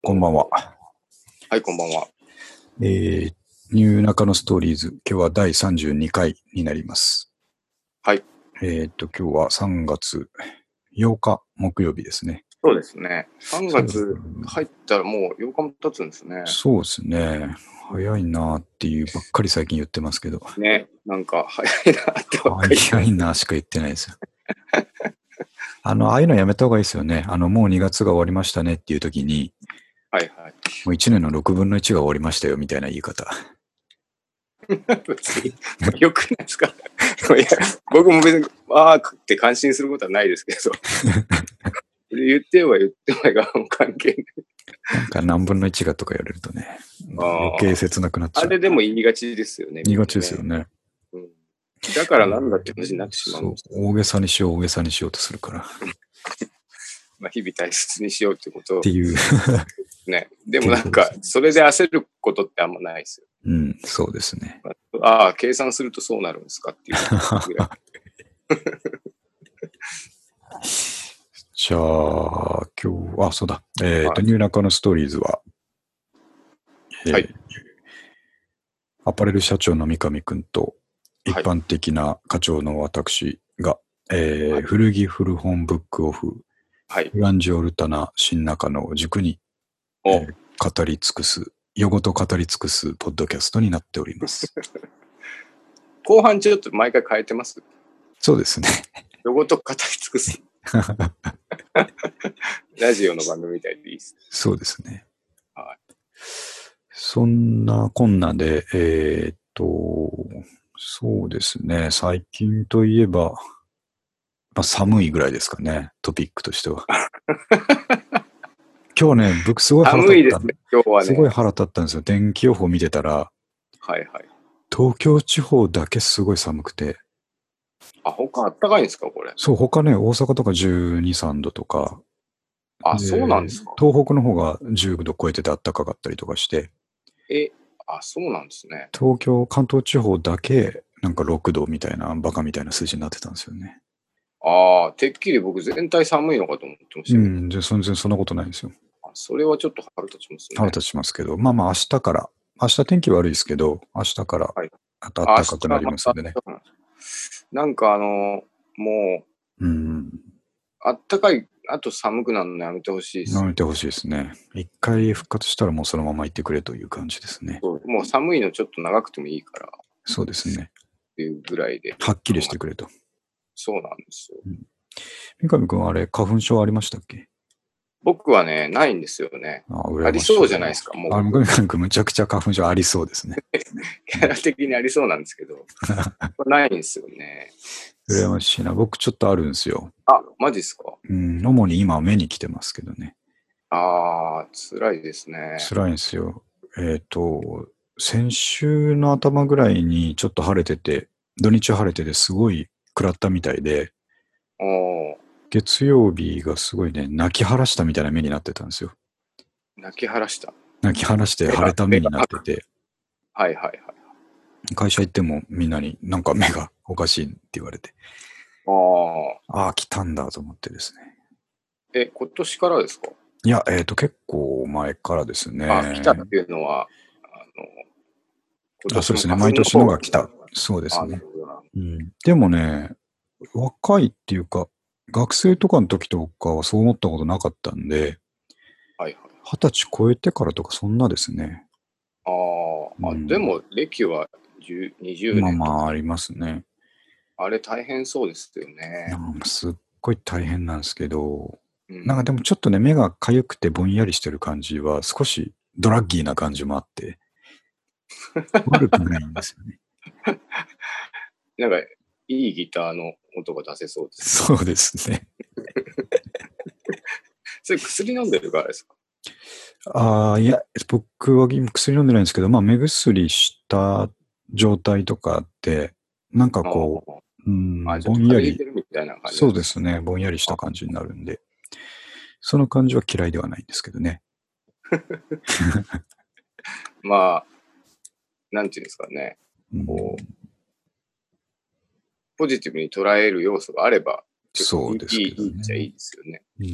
こんばんは。 はい、こんばんは。 ニューナカのストーリーズ、今日は第32回になります。 はい。 今日は3月8日木曜日ですね。 そうですね。3 そう月入ったらもう8日も経つんですね。 そうですね。早いなっていうばっかり最近言ってますけど。 ね、なんか早いなってばっかり言って早います。 なしか言ってないですよ。ああいうのやめた方がいいですよね。もう2月が終わりましたねっていう時に、 はいはい。 もう1年の6分の1が終わりましたよみたいな言い方。 別に、よくないですか。いや僕も別に、あーって感心することはないですけど、言っては言ってないが関係ない。 なんか何分の1がとか言われるとね、余計切なくなっちゃう。 あれでも言いがちですよね、 言いがみんなね。 ちですよね。 うん、だからなんだって話になってしまうんそう、 です。 大げさにしよう、大げさにしようとするから。っまあ、日々大切にしようってことていう。 ね。でもなんか、それで焦ることってあんまないですよ。 うん、そうですね。 ああ、計算するとそうなるんですかっていうぐらい。 じゃあ、今日、そうだ。 はい。 ニューナカのストーリーズは、 はい。 アパレル社長の三上くんと、一はい。 般的な課長の私が、 はい。 古着古本ブックオフ、 はい。 フランジオルタナ新中野を軸に、 お、 語り尽くす、夜ごと語り尽くすポッドキャストになっております。 後半ちょっと毎回変えてます。 そうですね。 ロゴと語り尽くす。ラジオの番組みたいでいいです。 そうですね。 はそんなこんなで、そうですね。最近といえば、寒いぐらいですかね。トピックとしては。今日ね、僕すごい腹立ったの。 寒いですね、今日はね。 すごい腹立ったんですよ。天気予報見てたら、 はいはい。 東京地方だけすごい寒くて、 あ、他あったかいんですか、これ。 そう、他ね、大阪とか12、3度とか、 あ、そうなんで、 ですか。 東北の方が10度超えてて暖かかったりとかして、 え、あ、そうなんですね。 東京、関東地方だけなんか6度みたいな、バカみたいな数字になってたんですよね。 ああ、てっきり僕全体寒いのかと思ってましたけど。 うん、で、全然そんなことないんですよ。 あ、それはちょっと腹立ちますね。 腹立ちますけど、まあまあ明日から、明日天気悪いですけど、明日からはい。 暖あ、明かくなり日また、 ますんでね。 なんかもう、 うん、 あったかい、あと寒くなるのやめてほしいですよね。 やめてほしいですね。一回復活したらもうそのまま行ってくれという感じですね。 そうもう寒いのちょっと長くてもいいからっそうですね。 ていうぐらいで。 はっきりしてくれと。 そうなんですよ。 うん、三上くんはあれ、花粉症ありましたっけ？ 僕はね、ないんですよね。あ羨ましいりそうじゃないですか、もうな。 僕。 三上くんむちゃくちゃ花粉症ありそうですね。 キャラ的にありそうなんですけど、これないんですよね。 羨ましいな。僕ちょっとあるんですよ。 あ、マジっすか。 うん、主に今は目に来てますけどね。 あー、辛いですね。 辛いんですよ。先週の頭ぐらいにちょっと晴れてて、土日晴れててすごい食らったみたいで、 おー、 月曜日がすごいね、泣き晴らしたみたいな目になってたんですよ。 泣き晴らした。 泣き晴らして晴れた目になってて、 はいはいはい。 会社行ってもみんなになんか目がおかしいって言われて、 あー、 ああ、来たんだと思ってですね。 今年からですか？ いや、結構前からですあ、来たっね。 ていうのは、今そうですね。 年も花粉毎年のの方が来た。 が来た。そうですあ、なね。 るほどな。 うん。でもね、若いっていうか、学生とかの時とかはそう思ったことなかったんで、 はいはい。 20歳超えてからとかそんなですね。うでん。 も歴は10、20 まあ年とか、 まあありますね。 あれ大変そうですよね。 すっごい大変なんですけど、なんかうん。 でもちょっとね、目が痒くてぼんやりしてる感じは少しドラッギーな感じもあって、悪くないんですよね。 なんか、いいギターの音が出せそうですね。 そうですね。 それ薬飲んでるからですか？ いや、僕は今薬飲んでないんですけど、まあ目薬した状態とかって、なんかこあう、 ちょっぼと風邪ひいんやり、 てるみたいな感じそうなんですか？ ですね、ぼんやりした感じになるんで、その感じは嫌いではないんですけどね。 まあ、なんていうんですかね。 うん、 こう、ポジティブに捉える要素があれば、結構そうですけどいいっちゃいね。 いですよね。 うん、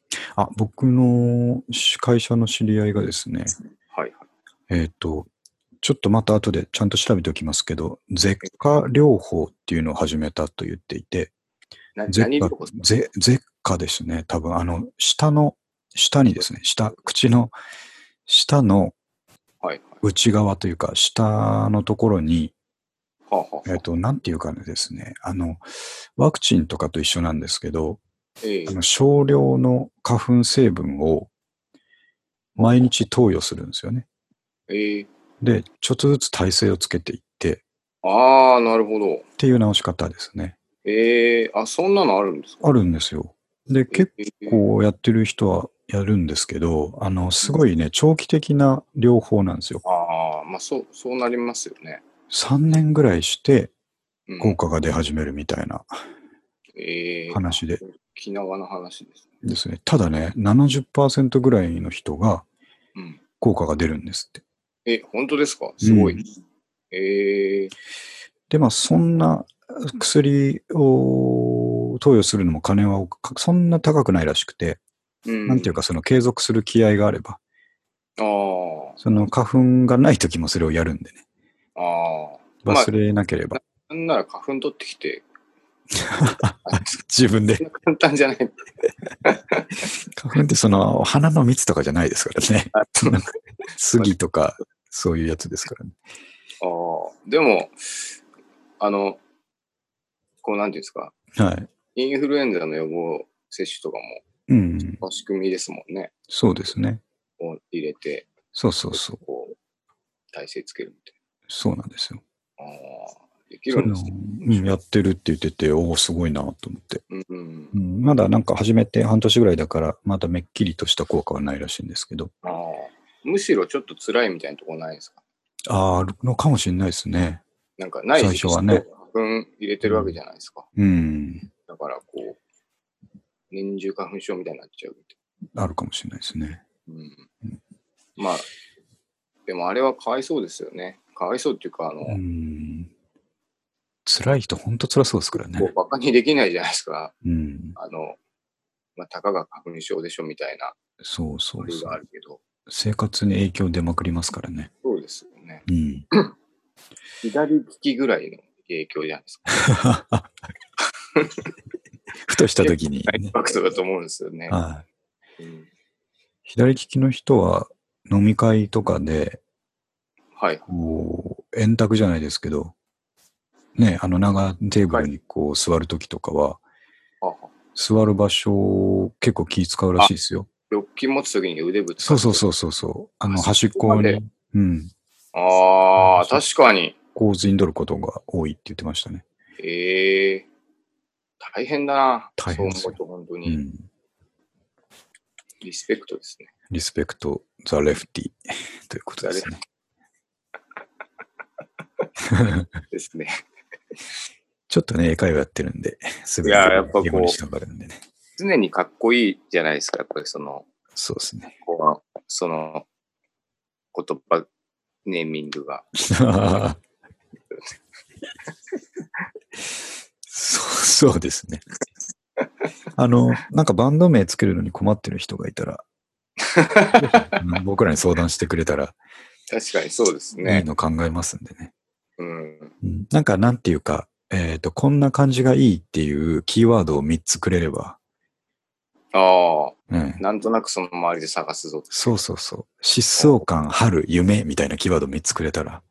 僕の会社の知り合いがですね、 はいはい。 ちょっとまた後でちゃんと調べておきますけど、舌下療法っていうのを始めたと言っていて、 何療法ですか？ 舌下ですね。多分、下にですね、口の下のはいはい。 内側というか、下のところに、 はあはあはあ。 なんていうかねですね、ワクチンとかと一緒なんですけど、 ええ。 少量の花粉成分を毎日投与するんですよね。 ええ。 で、ちょっとずつ耐性をつけていってっああ、なるほど。 ていう治し方ですね。 ええ、あ、そんなのあるんですか？ あるんですよ。で、 え結え。 構やってる人はやるんですけど、すうん。 ごいね、長期的な療法なんですよ。 ああ、まあ、そうなりますよね。 3年ぐらいしてうん。 効果が出始めるみたいなええ、あ、 話で沖縄の話ですね。 ですね。ただね、70%ぐらいの人がうん。 効果が出るんですって。 え、本当ですか？すごい。 うん。 ええ。 で、まあ、そんな薬を投与するのも金はそんな高くないらしくて、 うん。 なんていうか、その継続する気合があれば、 ああ、 その花粉がない時もそれをやるんでね。 ああ。まあ、 忘れなければ。 なんなら花粉取ってきてやるとかありますか？ 自分で。 そんな簡単じゃない。 花粉ってその花の蜜とかじゃないですからね。 あ、 そのま杉とかそういうやつですからね。 あでも、あの、なんていうんですか、 はい。 インフルエンザの予防接種とかうん。 も仕組みですもんね。 そうですね。 を入れて、 そうそうそう。 体勢つけるみたいそうなんですよ。 な。できそういうのを、 るんですね。面白い。 やってるって言ってて、おお、すごいなと思って。 うん。 まだなんか始めて半年ぐらいだから、まだめっきりとした効果はないらしいんですけど。 むしろちょっと辛いみたいなところないですか？ あるのかもしれないですね。 なんかない最時期しか初はね。 花粉入れてるわけじゃないですか。 うん。 だから年中花粉症みたいになっちゃうみたいあるかもしれないですね。 な。まあ、でもあれはかわいそうですよね。かわいそうっていうか、 辛い人ほんと辛そうですからね。 バカにできないじゃないですか。 うん。 たかが花粉症でしょみたいなそうそノリうそう。 があるけど。 生活に影響出まくりますからね。 そうですよね。 うん。 左利きぐらいの影響じゃないですか。 ふとした時に、 インパクトだと思うんですよね。 はい。左利きの人は飲み会とかで、 はい。 円卓じゃないですけど、ね、長テーブルに座るときとかは、座る場所を結構気使うらしいですよ。 ロッキー持つときに腕ぶつかって。 そうそうそうそう。端っこに、 確かに。 陣取ることが多いって言ってましたね。 大変だな。 大変ですよ。 そう思うと本当に。リスペクトですね。 リスペクト、ザ・レフティということですね。 ですね。 ちょっとね、英会話やってるんで、すぐに英語にしたがるんでね。 常にかっこいいじゃないですか、やっぱりそうですね。 言葉、ネーミングが。 そうですね。なんかバンド名つけるのに困ってる人がいたら、僕らに相談してくれたら、 確かにそうですね。 いいの考えますんでね。 うんなんかなんていうか、こんな感じがいいっていうキーワードを3つくれれば。 なんとなくその周りで探すぞ。 そうそうそう。疾走感、春、夢みたいなキーワード3つくれたら。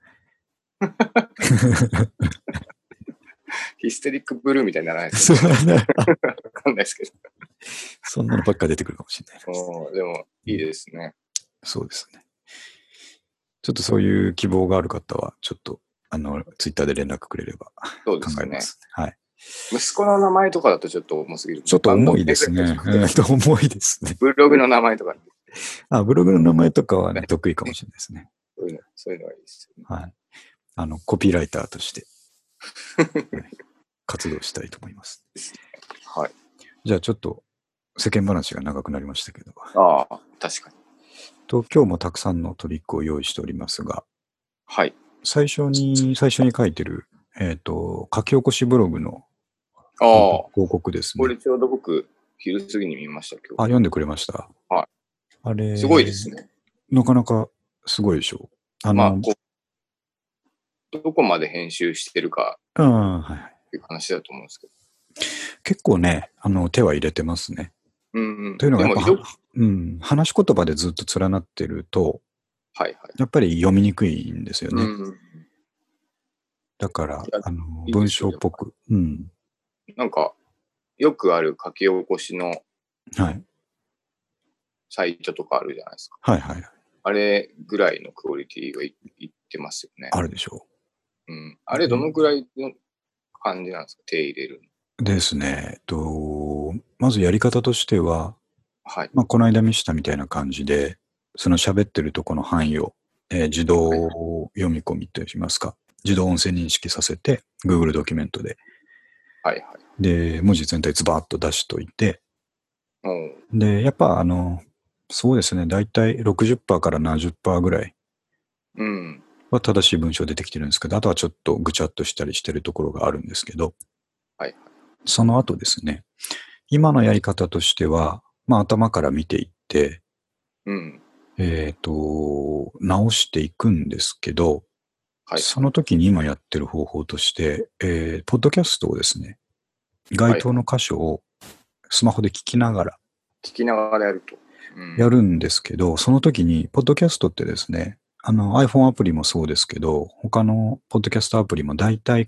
ヒステリックブルーみたいにならないですか？わかんないですけど。 そんなのばっか出てくるかもしれないです。でも、いいですね。 そうですね。ちょっとそういう希望がある方は、ちょっと、ツイッターで連絡くれれば考えます。はい。 息子の名前とかだとちょっと重すぎる。 ちょっと重いですね。重いですね。 ブログの名前とか。 ブログの名前とかはね、得意かもしれないですね。 そういうのがいいですよね。 はい。コピーライターとして、活動したいと思います。 はい。 じゃあちょっと世間話が長くなりましたけど。 確かに。 今日もたくさんのトピックを用意しておりますが、 はい。 最初に書いてる、書き起こしブログの広告ですね。 これちょうど僕、 昼過ぎに見ました、今あ、読んでくれました。 はい。 あれ、 日。すごいですね。 なかなかすごいでしょ。 まあ、どこまで編集してるかはいはい。 っていう話だと思うんですけど。 結構ね、手は入れてますね。 うんうん。 というのがやっぱでも話し言葉でずっと連なってると、 はいはい。 やっぱり読みにくいんですよね。 うん。 だから、 いい文ですよ章っぽく。うん。 なんか、よくある書き起こしのはい。 サイトとかあるじゃないですか。 はいはい。 あれぐらいのクオリティがいってますよね。 あるでしょうん。あれどのぐらいの感じなんですか、手入れるう。ですね。まずやり方としては、 はい。 まあ、この間見したみたいな感じで、その喋ってるとこの範囲を、自動読み込みといいますか、自動音声認識させて、Google ドキュメントで。 はいはい。 で、文字全体ズバーッと出しといて、 おうで、やっぱそうですね、だいたい60%から70%ぐらいうん。 は正しい文章出てきてるんですけど、あとはちょっとぐちゃっとしたりしてるところがあるんですけど、 はいはい。 その後ですね、今のやり方としては、まあ頭から見ていって、 うん。 直していくんですけど、 はいその時に今やってる方法として、ポッドキャストをですね、該当の箇所をスマホで聞きながら聞きながらやると。 やるんですけど、その時に、ポッドキャストってですね、iPhone アプリもそうですけど、他のポッドキャストアプリも大体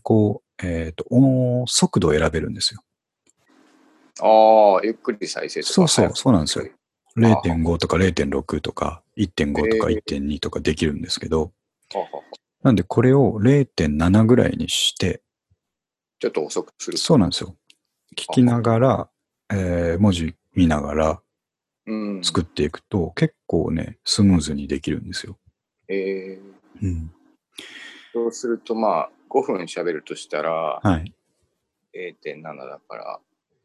速度を選べるんですよ。 ああ、ゆっくり再生とか。 そうなんですよ。0.5 とか0.6とか1.5とか1.2とかできるんですけど、なんでこれを 0.7 ぐらいにして、 ちょっと遅くする。 そうなんですよ。聞きながら、文字見ながら作っていくと、結構ね、スムーズにできるんですよ。 そうすると、まあ、5分喋るとしたら、 はい。 0.7 だから、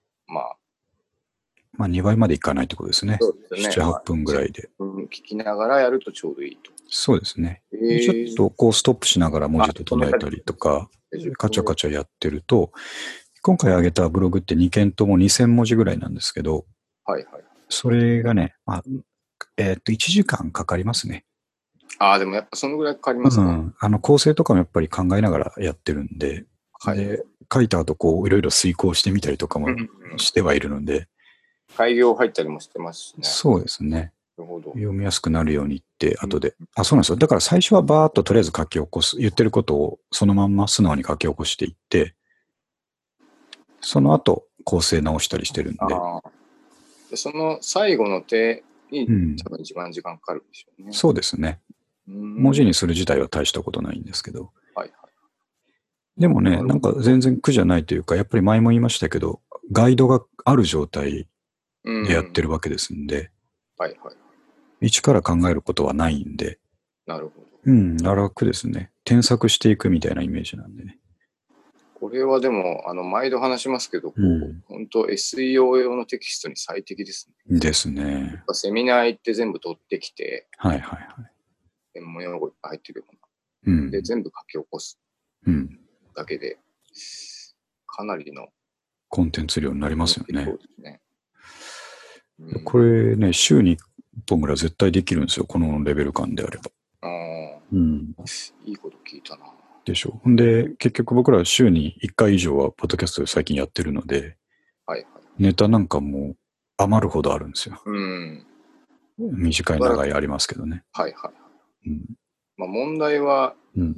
まあ2倍までいかないってことですね。 そうですね。 7、8分ぐらいで。 聞きながらやるとちょうどいいと。 そうですね。ちょっとストップしながら文字整えたりとか、カチャカチャやってると、今回上げたブログって2件とも2000文字ぐらいなんですけど、それがね、1時間かかりますね。 でもやっぱそのぐらいかかりますね。 構成とかもやっぱり考えながらやってるんで、で、書いた後いろいろ遂行してみたりとかもしてはいるので。 改行入ったりもしてますしね。 そうですね。読みやすくなるようにって、後で。そうなんですよ。だから最初はバーっととりあえず書き起こす。言ってることをそのまんま素直に書き起こしていって、その後構成直したりしてるんで。 その最後の手に多分一番時間かかるんでしょうね。 そうですね。文字にする自体は大したことないんですけど。でもね、なんか全然苦じゃないというか、やっぱり前も言いましたけど、ガイドがある状態でやってるわけですんで、一から考えることはないんで、 なるほど。 楽ですね。添削していくみたいなイメージなんでね。 これはでも、毎度話しますけど、本当 SEO 用のテキストに最適ですね。ですね。 セミナー行って全部取ってきて、専門用語いっぱい入ってるような。で、全部書き起こすだけで、かなりのコンテンツ量になりますよね。 そうですね。 これね、週に1本ぐらい絶対できるんですよ。このレベル感であれば。 いいこと聞いたな。 でしょ。ほんで、結局僕ら週に1回以上はポッドキャストで最近やってるので、ネタなんかも余るほどあるんですよ。短い長いありますけどね。まあ問題は、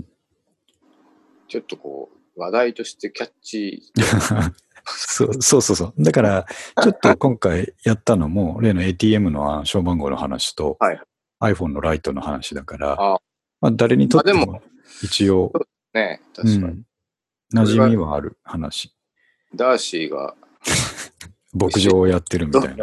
ちょっと話題としてキャッチー。 そう。だから、ちょっと今回やったのも、例の ATM の証番号の話と、iPhone のライトの話だから、まあ誰にとっても一応、 ね、確かに。 馴染みはある話。 ダーシーが牧場をやってるみたいな。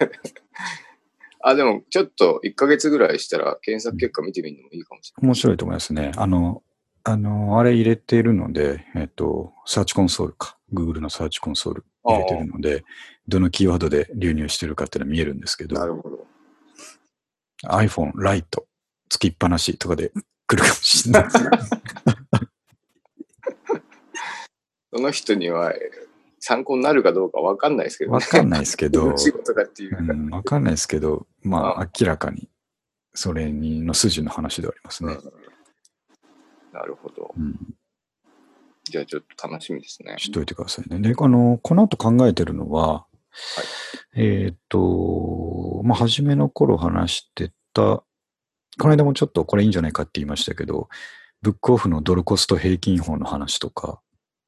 でもちょっと1ヶ月ぐらいしたら検索結果見てみるのもいいかもしれない。 面白いと思いますね。あれ入れてるので、サーチコンソールか。Google のサーチコンソール入れてるので、どのキーワードで流入してるかっていうのは見えるんですけど、 なるほど。 iPhone ライトつきっぱなしとかで来るかもしれない。 その人には参考になるかどうかわかんないですけどね。 わかんないですけど、 仕事かっていう。 わかんないですけど、まあ、明らかに、それの筋の話ではありますね。 なるほど。 うん、 じゃあちょっと楽しみですね。 しといてくださいね。で、この後考えてるのは、はい、まあ、初めの頃話してた、この間もちょっとこれいいんじゃないかって言いましたけど、ブックオフのドルコスト平均法の話とか。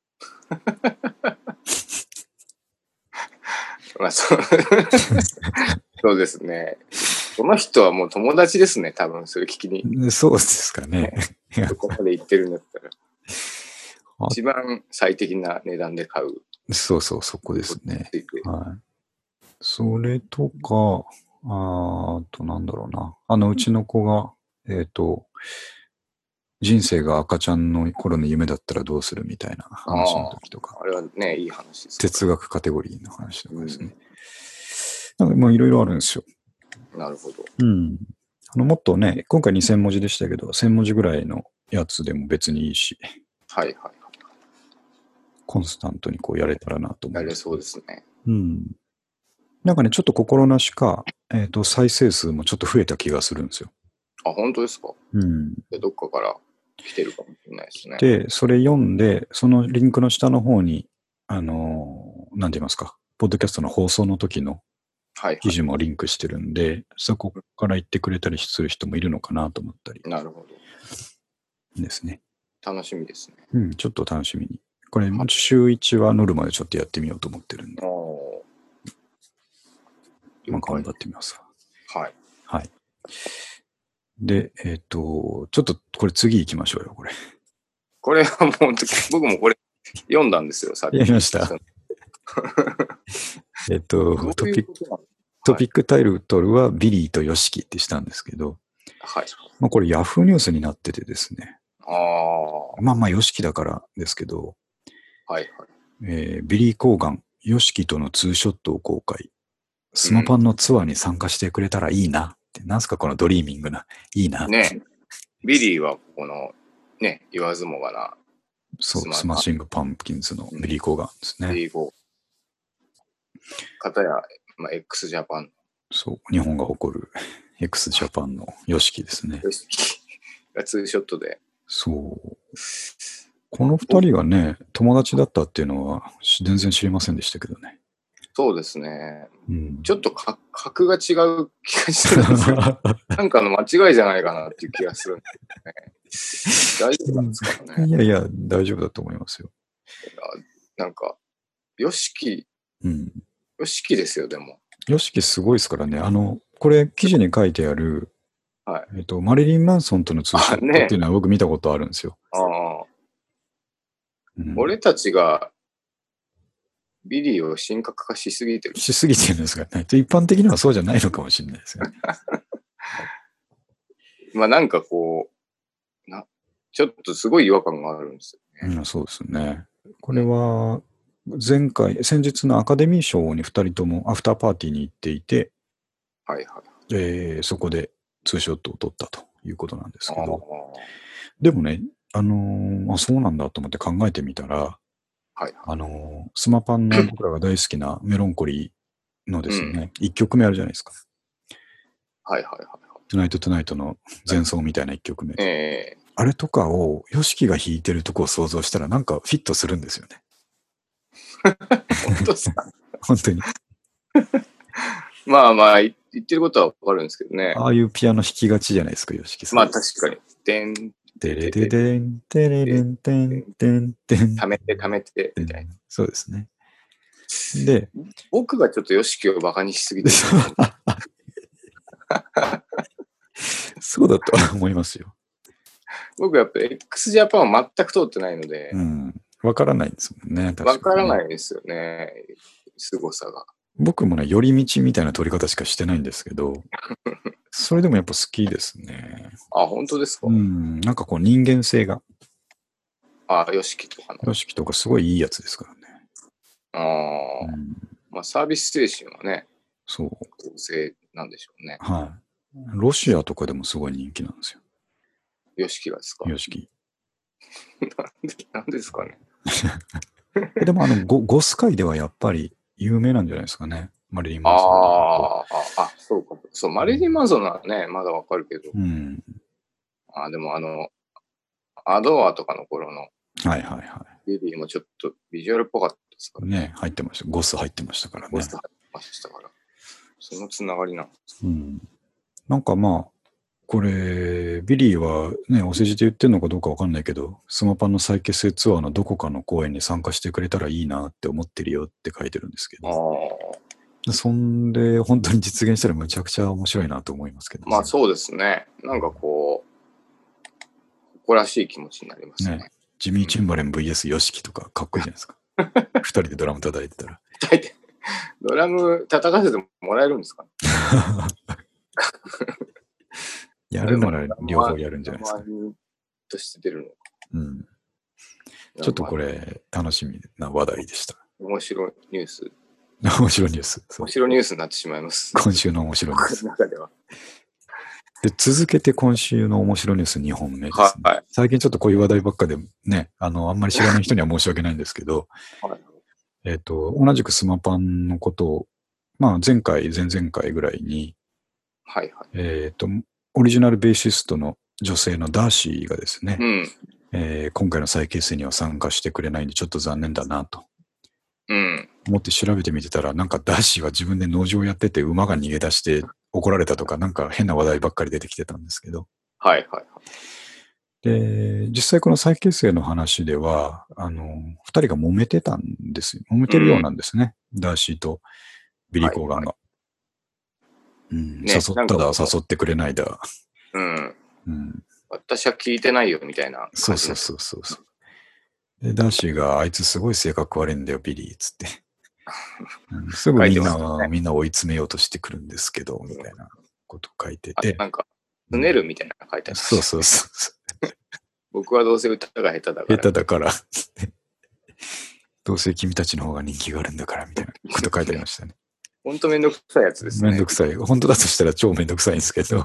まあそうですね。この人はもう友達ですね、多分、それ聞きに。 そうですかね。 そこまで言ってるんだったら。一番最適な値段で買う。 そうそう、そこですね。はい。それとか、あとなんだろうな。うちの子が、人生が赤ちゃんの頃の夢だったらどうするみたいな話の時とか。 あれはね、いい話です。 哲学カテゴリーの話とかですね。なんかまあいろいろあるんですよ。 なるほど。 うん。もっとね、今回2000文字でしたけど、1000文字ぐらいのやつでも別にいいし。 はいはいはい。 コンスタントにこうやれたらなと思う。 やれそうですね。 うん。なんかね、ちょっと心なしか、再生数もちょっと増えた気がするんですよ。 あ、本当ですか？ うん。 どっかから来てるかもしれないですね。 で、それ読んで、そのリンクの下の方に、なんて言いますか、ポッドキャストの放送の時の記事もリンクしてるんで、はいはい、そこから言ってくれたりする人もいるのかなと思ったり。 なるほど。ですね。 楽しみですね。 うん、ちょっと楽しみに。これ、週1はノルマでちょっとやってみようと思ってるんで。まあ、頑張ってみます。 はい。 はい。で、ちょっとこれ次行きましょうよ、これ。 これはもう、僕もこれ読んだんですよ、さっき。 やりました。トピックタイトルはビリーとヨシキってしたんですけど、 はい。 まあこれヤフーニュースになっててですね。まあヨシキだからですけど、 はいはい。 ビリー・コーガン、ヨシキとのツーショットを公開。スマパンのツアーに参加してくれたらいいなって、なんすかこのドリーミングな、いいなって。 ね、ビリーはこの、ね、言わずもがな。 そう、スマッシング・パンプキンズのビリー・コーガンですね。 ビリー・コーガン。片や、まあ、x ジャパン。 そう、日本が誇る x ジャパンのヨシキですね。 ヨシキがツーショットで。 そう。この二人がね、友達だったっていうのは全然知りませんでしたけどね。 そうですね。 うん、 ちょっと格が違う気がするんですよ。なんかの間違いじゃないかなっていう気がするんですよね。大丈夫なんですかね。 いやいや、大丈夫だと思いますよ。 なんか、ヨシキ、ヨシキですよ、でも。 ヨシキすごいですからね。これ記事に書いてある、 はい、 マリリン・マンソンとのツーショットっていうのは僕見たことあるんですよ。 俺たちがビリーを神格化しすぎてる。 しすぎてるんですかね。一般的にはそうじゃないのかもしれないですよね。 まあなんかこう、ちょっとすごい違和感があるんですよね。 そうですね。これは、先日のアカデミー賞に2人ともアフターパーティーに行っていて、 はいはい。 そこでツーショットを撮ったということなんですけど、でもね、そうなんだと思って考えてみたら、はい、スマパンの僕らが大好きなメロンコリーのですね、1曲目あるじゃないですか。 はいはいはい。 トゥナイトトゥナイトの前奏みたいな1曲目。あれとかを、ヨシキが弾いてるとこを想像したらなんかフィットするんですよね。 本当ですか？ 本当に。 まあまあ、言ってることはわかるんですけどね。 ああいうピアノ弾きがちじゃないですか、ヨシキさん。 まあ確かに。でん。 テレデデン、テレレンテン、テン、テン。 ためて、ためて、みたいな。 そうですね。で、 僕がちょっとヨシキをバカにしすぎてる。 そうだと思いますよ。 僕やっぱ x ジャパンは全く通ってないので。 わからないんですもんね。 わからないですよね。凄さが。 僕もね、寄り道みたいな取り方しかしてないんですけど、それでもやっぱ好きですね。 あ、本当ですか？ なんかこう人間性が。 ヨシキとかの。 ヨシキとかすごいいいやつですからね。 まあサービス精神はね、 そう。 構成なんでしょうね。 はい。ロシアとかでもすごい人気なんですよ。 ヨシキがですか？ ヨシキ。 なんでですかね。 でもゴス界ではやっぱり有名なんじゃないですかね。マリリン・マンソン。 そうか。そう、マリリン・マンソンはね、まだわかるけど。 うん。 でもアドアとかの頃の。 はいはいはい。 ビリーもちょっとビジュアルっぽかったですからね。入ってました。ゴス入ってましたからね。 ゴス入ってましたから。そのつながりなんです。 うん。なんかまあ、これ、ビリーはね、お世辞で言ってるのかどうかわかんないけど、スマパンの再結成ツアーのどこかの公演に参加してくれたらいいなって思ってるよって書いてるんですけど。そんで、本当に実現したらむちゃくちゃ面白いなと思いますけど、 まあそうですね。なんかこう、誇らしい気持ちになりますね。 ジミー・チンバレン VS ヨシキとかかっこいいじゃないですか。二人でドラム叩いてたら。 ドラム叩かせてもらえるんですか？ やるなら両方やるんじゃないですか。 として出るの。 うん。ちょっとこれ、楽しみな話題でした。 面白いニュース。 面白いニュース。 面白いニュースになってしまいます。 今週の面白いニュース。 中では。 で、続けて今週の面白いニュース2本目ですね。はい、最近ちょっとこういう話題ばっかでね、あんまり知らない人には申し訳ないんですけど、はい、同じくスマパンのことを、まあ前回、前々回ぐらいに、 はいはい、 オリジナルベーシストの女性のダーシーがですね、今回の再結成には参加してくれないんでちょっと残念だなと。思って調べてみてたら、なんかダーシーは自分で農場やってて馬が逃げ出して怒られたとか、なんか変な話題ばっかり出てきてたんですけど。 はいはいはい。 で、実際この再結成の話では、二人が揉めてたんですよ。揉めてるようなんですね。ダーシーとビリー・コーガンが。誘っただ、誘ってくれないだ。 私は聞いてないよみたいな感じ。 そう。で、ダーシーがあいつすごい性格悪いんだよ、ビリー、つって。すぐみんな追い詰めようとしてくるんですけど、みたいなこと書いてて。 なんか、すねるみたいなの書いてある。 そう。 僕はどうせ歌が下手だから。 下手だから。どうせ君たちの方が人気があるんだから、みたいなこと書いてありましたね。 本当めんどくさいやつですね。 めんどくさい。本当だとしたら超めんどくさいんですけど。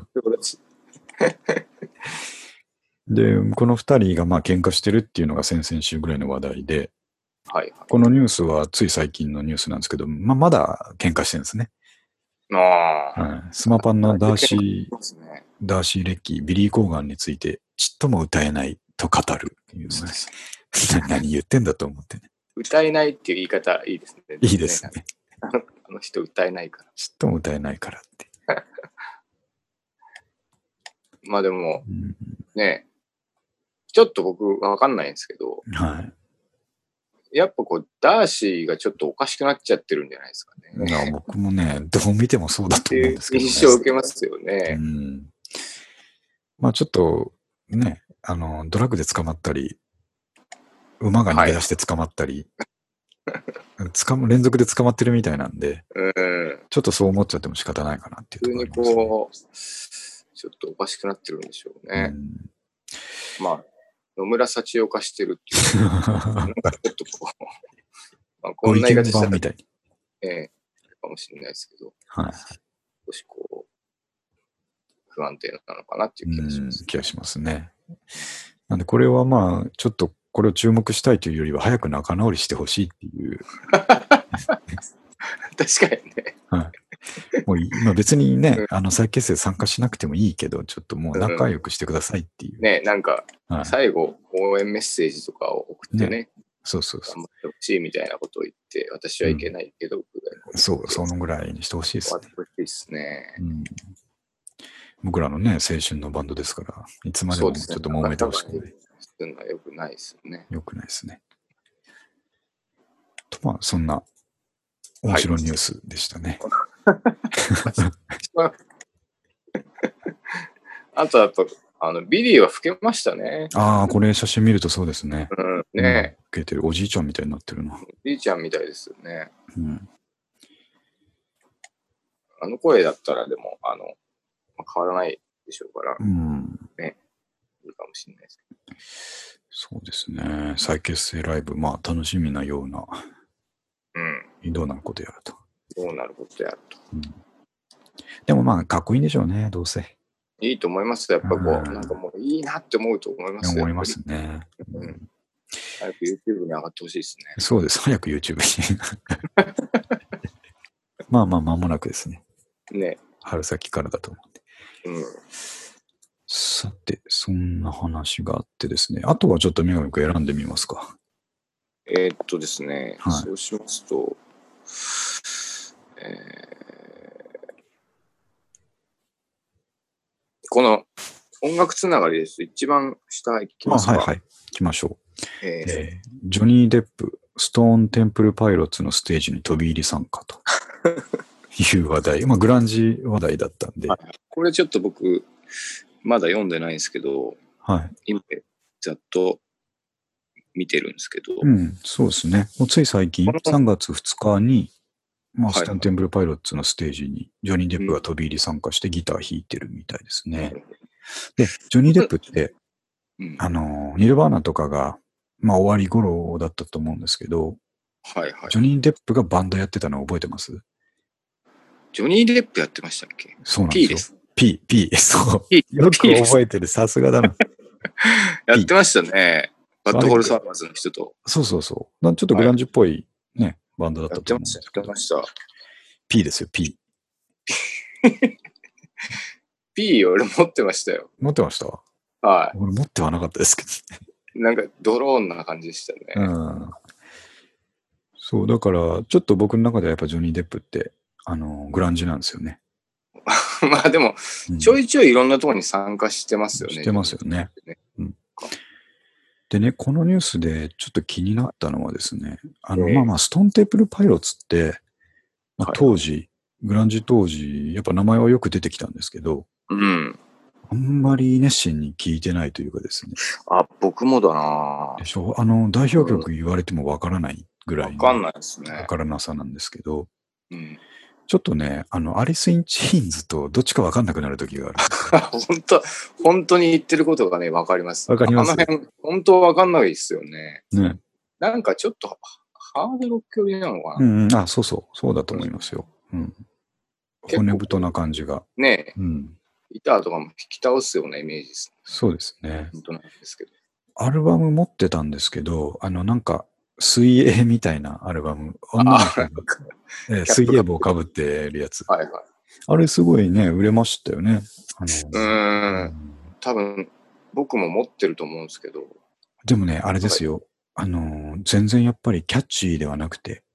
で、この二人がまあ喧嘩してるっていうのが先々週ぐらいの話題で、 はいはい、 このニュースはつい最近のニュースなんですけど、まだ喧嘩してるんですね。スマパンのダーシー・レッキー、ビリー・コーガンについてちっとも歌えないと語るっていうのが何言ってんだと思ってね。 歌えないっていう言い方いいですね。 いいですね。 あの人歌えないから。 ちっとも歌えないからって。 まあでも、ね、ちょっと僕わかんないんですけど、 はい。 やっぱこう、ダーシーがちょっとおかしくなっちゃってるんじゃないですかね。 僕もね、どう見てもそうだと思うんですけどね。 印象を受けますよね。 まあちょっと、ね、ドラッグで捕まったり、馬が逃げ出して捕まったり、連続で捕まってるみたいなんで、ちょっとそう思っちゃっても仕方ないかなっていうところありますね。 普通にこう、ちょっとおかしくなってるんでしょうね。まあ、野村幸男化してるっていう。なんかちょっとこう、まあ、こんな言い方したら、 みたいに。 かもしれないですけど、 はい。 少しこう、不安定なのかなっていう気がします。 気がしますね。なんでこれはまあ、ちょっとこれを注目したいというよりは早く仲直りしてほしいっていう。 確かにね。 はい。もう今別にね、再結成参加しなくてもいいけど、ちょっともう仲良くしてくださいっていう。 ね、なんか、最後、応援メッセージとかを送ってね。 そう。 頑張ってほしいみたいなことを言って、私はいけないけど、 そう、そのぐらいにしてほしいですね。 終わってほしいですね。 僕らのね、青春のバンドですから、いつまでもちょっと揉めてほしくない。 そういうのは良くないですよね。 良くないですね。と、まあ、そんな面白いニュースでしたね。 あと、ビリーは老けましたね。 これ写真見るとそうですね。 ね。 老けてる。おじいちゃんみたいになってるな。 おじいちゃんみたいですよね。あの声だったらでも、変わらないでしょうから、ね。いいかもしれないですけど。 そうですね。再結成ライブ、まあ楽しみなような。どうなることやると。でもまあ、かっこいいんでしょうね、どうせ。 いいと思います。やっぱこう、なんかもういいなって思うと思いますよ。 思いますね。 早く YouTube に上がってほしいですね。 そうです。早く YouTube に。まあまあ、間もなくですね。 ね。 春先からだと思うんで。さて、そんな話があってですね。あとはちょっと女神くん選んでみますか。 ですね、はい、そうしますと、この音楽つながりです。一番下行きますか。 はい。行きましょう。ジョニー・デップ、ストーン・テンプル・パイロッツのステージに飛び入り参加という話題。グランジ話題だったんで。 これちょっと僕、まだ読んでないんですけど、今、ざっと見てるんですけど。 そうですね。もうつい最近、3月2日に、ストーン・テンプル・パイロッツのステージにジョニー・デップが飛び入り参加してギター弾いてるみたいですね。で、ジョニー・デップって、ニルバーナとかが、終わり頃だったと思うんですけど、ジョニー・デップがバンドやってたの覚えてます？ ジョニー・デップやってましたっけ？ そうなんですよ。P、そう。よく覚えてる、さすがだな。 やってましたね。バッドホールサーバーズの人と。 そう。ちょっとグランジっぽいね、バンドだったと思うんですけど。 やってました。 P ですよ、P。 P 俺持ってましたよ。 持ってました？ はい。 俺持ってはなかったですけどね。なんかドローンな感じでしたね。 そう、だから、ちょっと僕の中ではやっぱジョニー・デップって、グランジなんですよね。 まあでも、ちょいちょいいろんなところに参加してますよね。 してますよね。でね、このニュースでちょっと気になったのはですね、ストーンテンプルパイロッツって、当時、グランジ当時、やっぱ名前はよく出てきたんですけど、あんまり熱心に聞いてないというかですね。 僕もだなでしょ？代表曲言われてもわからないぐらいの。 わかんないですね。 わからなさなんですけど、ちょっとね、アリス・イン・チーンズとどっちかわかんなくなる時がある。 本当に言ってることがね、わかります。 わかります。 あの辺、本当わかんないですよね。なんかちょっと、ハードロック寄りなのかな。そうだと思いますよ。骨太な感じが。 ね。ギターとかも弾き倒すようなイメージです。 そうですね。 本当なんですけど。 アルバム持ってたんですけど、なんか、水泳みたいなアルバム。女の子が水泳帽かぶってるやつ。あれすごいね、売れましたよね。 多分、僕も持ってると思うんですけど。 でもね、あれですよ。全然やっぱりキャッチーではなくて。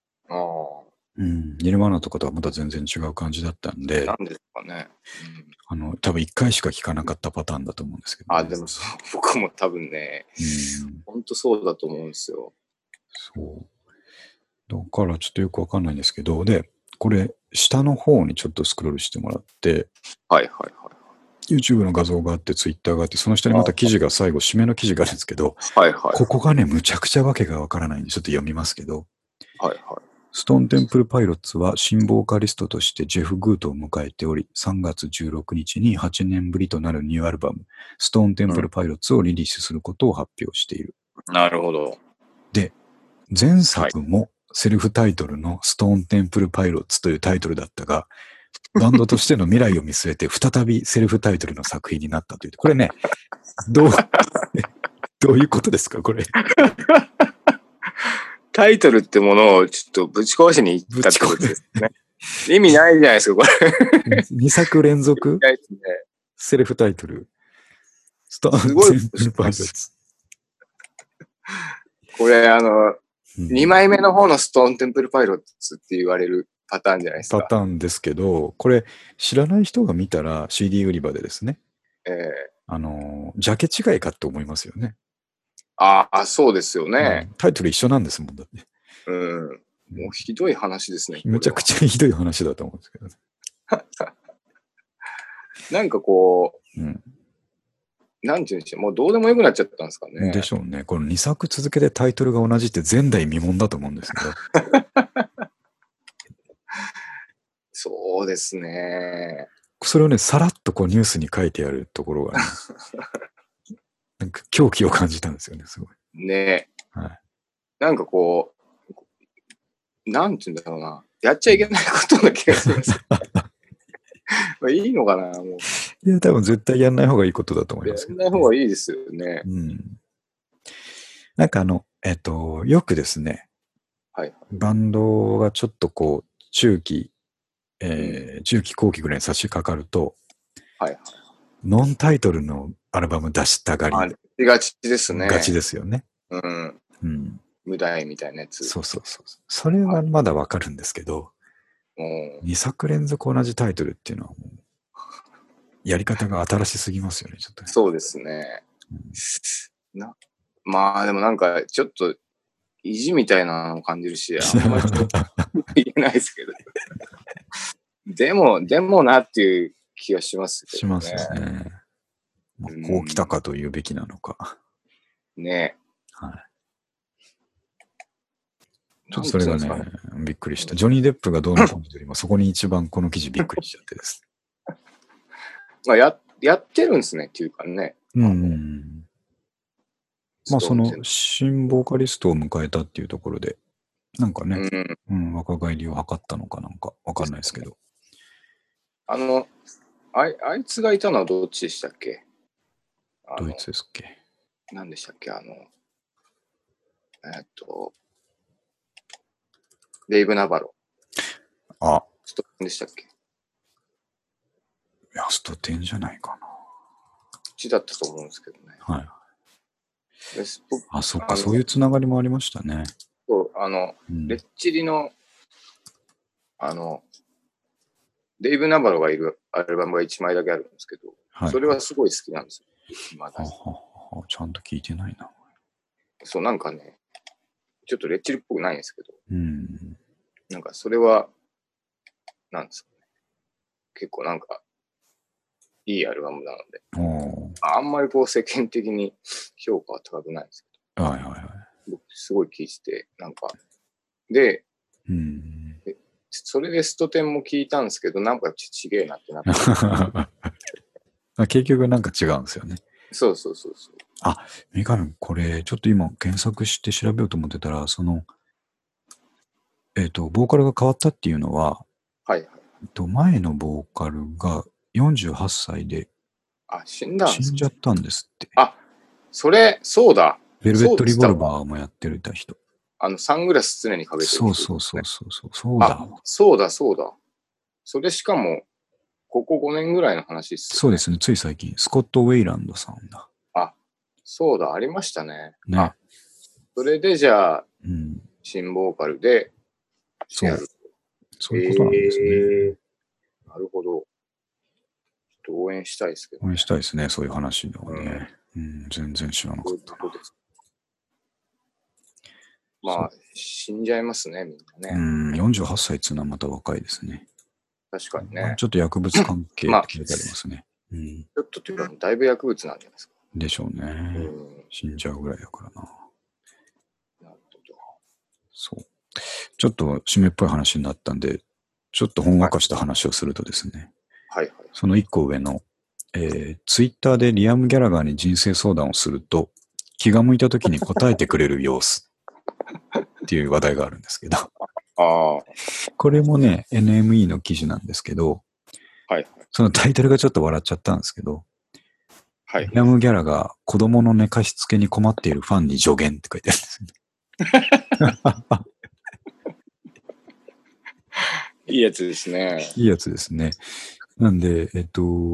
ニルバーナとかとはまた全然違う感じだったんで。 なんですかね。 多分一回しか聴かなかったパターンだと思うんですけど、 でも僕も多分ね、本当そうだと思うんですよ。 そう。だからちょっとよくわかんないんですけど、で、これ、下の方にちょっとスクロールしてもらって、YouTube の画像があって、Twitter があって、その下にまた記事が最後、締めの記事があるんですけど、ここがね、むちゃくちゃわけがわからないんで、ちょっと読みますけど、ストーンテンプルパイロッツは新ボーカリストとしてジェフ・グートを迎えており、3月16日に8年ぶりとなるニューアルバム、ストーンテンプルパイロッツをリリースすることを発表している。 なるほど。 で、前作もセルフタイトルのストーンテンプルパイロッツというタイトルだったが、バンドとしての未来を見据えて再びセルフタイトルの作品になったという。これね、どういうことですか、これ。 タイトルってものをちょっとぶち壊しに行ったってことですね。意味ないじゃないですか、これ。 2作連続セルフタイトル。ストーンテンプルパイロッツ。 これ2枚目の方のストーンテンプルパイロッツって言われるパターンじゃないですか。 パターンですけど、これ知らない人が見たら CD 売り場でですね。ジャケ違いかって思いますよね。 そうですよね、 タイトル一緒なんですもんだって。 もうひどい話ですね。 めちゃくちゃひどい話だと思うんですけどね。 なんかこう、なんていうんでしょう、もうどうでもよくなっちゃったんですかね。 でしょうね。この2作続けてタイトルが同じって前代未聞だと思うんですけど。 そうですね。 それをね、さらっとこうニュースに書いてあるところが、ね、なんか狂気を感じたんですよね、すごい。 ね。なんかこう、なんていうんだろうな。やっちゃいけないことな気がします。いいのかな、もう。 いや、多分絶対やんない方がいいことだと思いますけど。やんない方がいいですよね。 なんかよくですね、 はい。 バンドがちょっとこう、中期後期ぐらいに差し掛かると、 はい。 ノンタイトルのアルバム出したがり。 がちですね。 がちですよね。 うん。 うん。 無題みたいなやつ。 そうそうそう。それはまだわかるんですけど、2作連続同じタイトルっていうのはもう、やり方が新しすぎますよね、ちょっとね。 そうですね。まあでもなんかちょっと意地みたいなのを感じるし、あんまり言えないですけど。でもなっていう気がしますけどね。 しますね。こう来たかというべきなのか。 ね。 はい。ちょっとそれがね、びっくりした。ジョニー・デップがどうのこうのよりも、そこに一番この記事びっくりしちゃってです。 まあやってるんですねっていうかね。 まあその新ボーカリストを迎えたっていうところで、なんかね、若返りを図ったのかなんかわかんないですけど。 あいつがいたのはどっちでしたっけ？ ドイツですっけ？ 何でしたっけ？デイブ・ナバロ。ストテンでしたっけ？いや、ストテンじゃないかな。こっちだったと思うんですけどね。 はい。そっか、そういうつながりもありましたね。 そう、レッチリの、デイブ・ナバロがいるアルバムが1枚だけあるんですけど、それはすごい好きなんですよ。 ちゃんと聞いてないな。 そう、なんかね、ちょっとレッチリっぽくないんですけど、なんかそれは、なんですかね。結構なんか、いいアルバムなので、あんまりこう世間的に評価は高くないですけど、僕すごい聴いてて、なんか、で、それでストテンも聞いたんですけど、なんかちげえなってなって。 結局なんか違うんですよね。 そう。 ミカル、これ、ちょっと今検索して調べようと思ってたら、ボーカルが変わったっていうのは、前のボーカルが48歳で、 死んじゃったんですって。 そうだ。 ベルベットリボルバーもやってる人。 サングラス常にかけてる人、 ね。そうだ。 そうだ。それしかも、ここ5年ぐらいの話ですよね。 そうですね、つい最近。スコット・ウェイランドさんだ。 そうだ、ありましたね。それでじゃあ、新ボーカルでやる。 そういうことなんですね。 なるほど。応援したいですけど、 応援したいですね、そういう話のね。全然知らなかったな。 まあ、死んじゃいますね、みんなね。 48歳っていうのはまた若いですね。 確かにね。 ちょっと薬物関係って書いてありますね。 ちょっとというか、だいぶ薬物なんじゃないですか。 でしょうね。死んじゃうぐらいだからな。 なるほど。 そう。ちょっと締めっぽい話になったんで、ちょっとほんわかした話をするとですね。その一個上の、ツイッターでリアム・ギャラガーに人生相談をすると、気が向いた時に答えてくれる様子っていう話題があるんですけど。これもね、NME の記事なんですけど、そのタイトルがちょっと笑っちゃったんですけど、リアム・ギャラガー、子供の寝かしつけに困っているファンに助言って書いてあるんですね。 いいやつですね。 いいやつですね。なんで、リ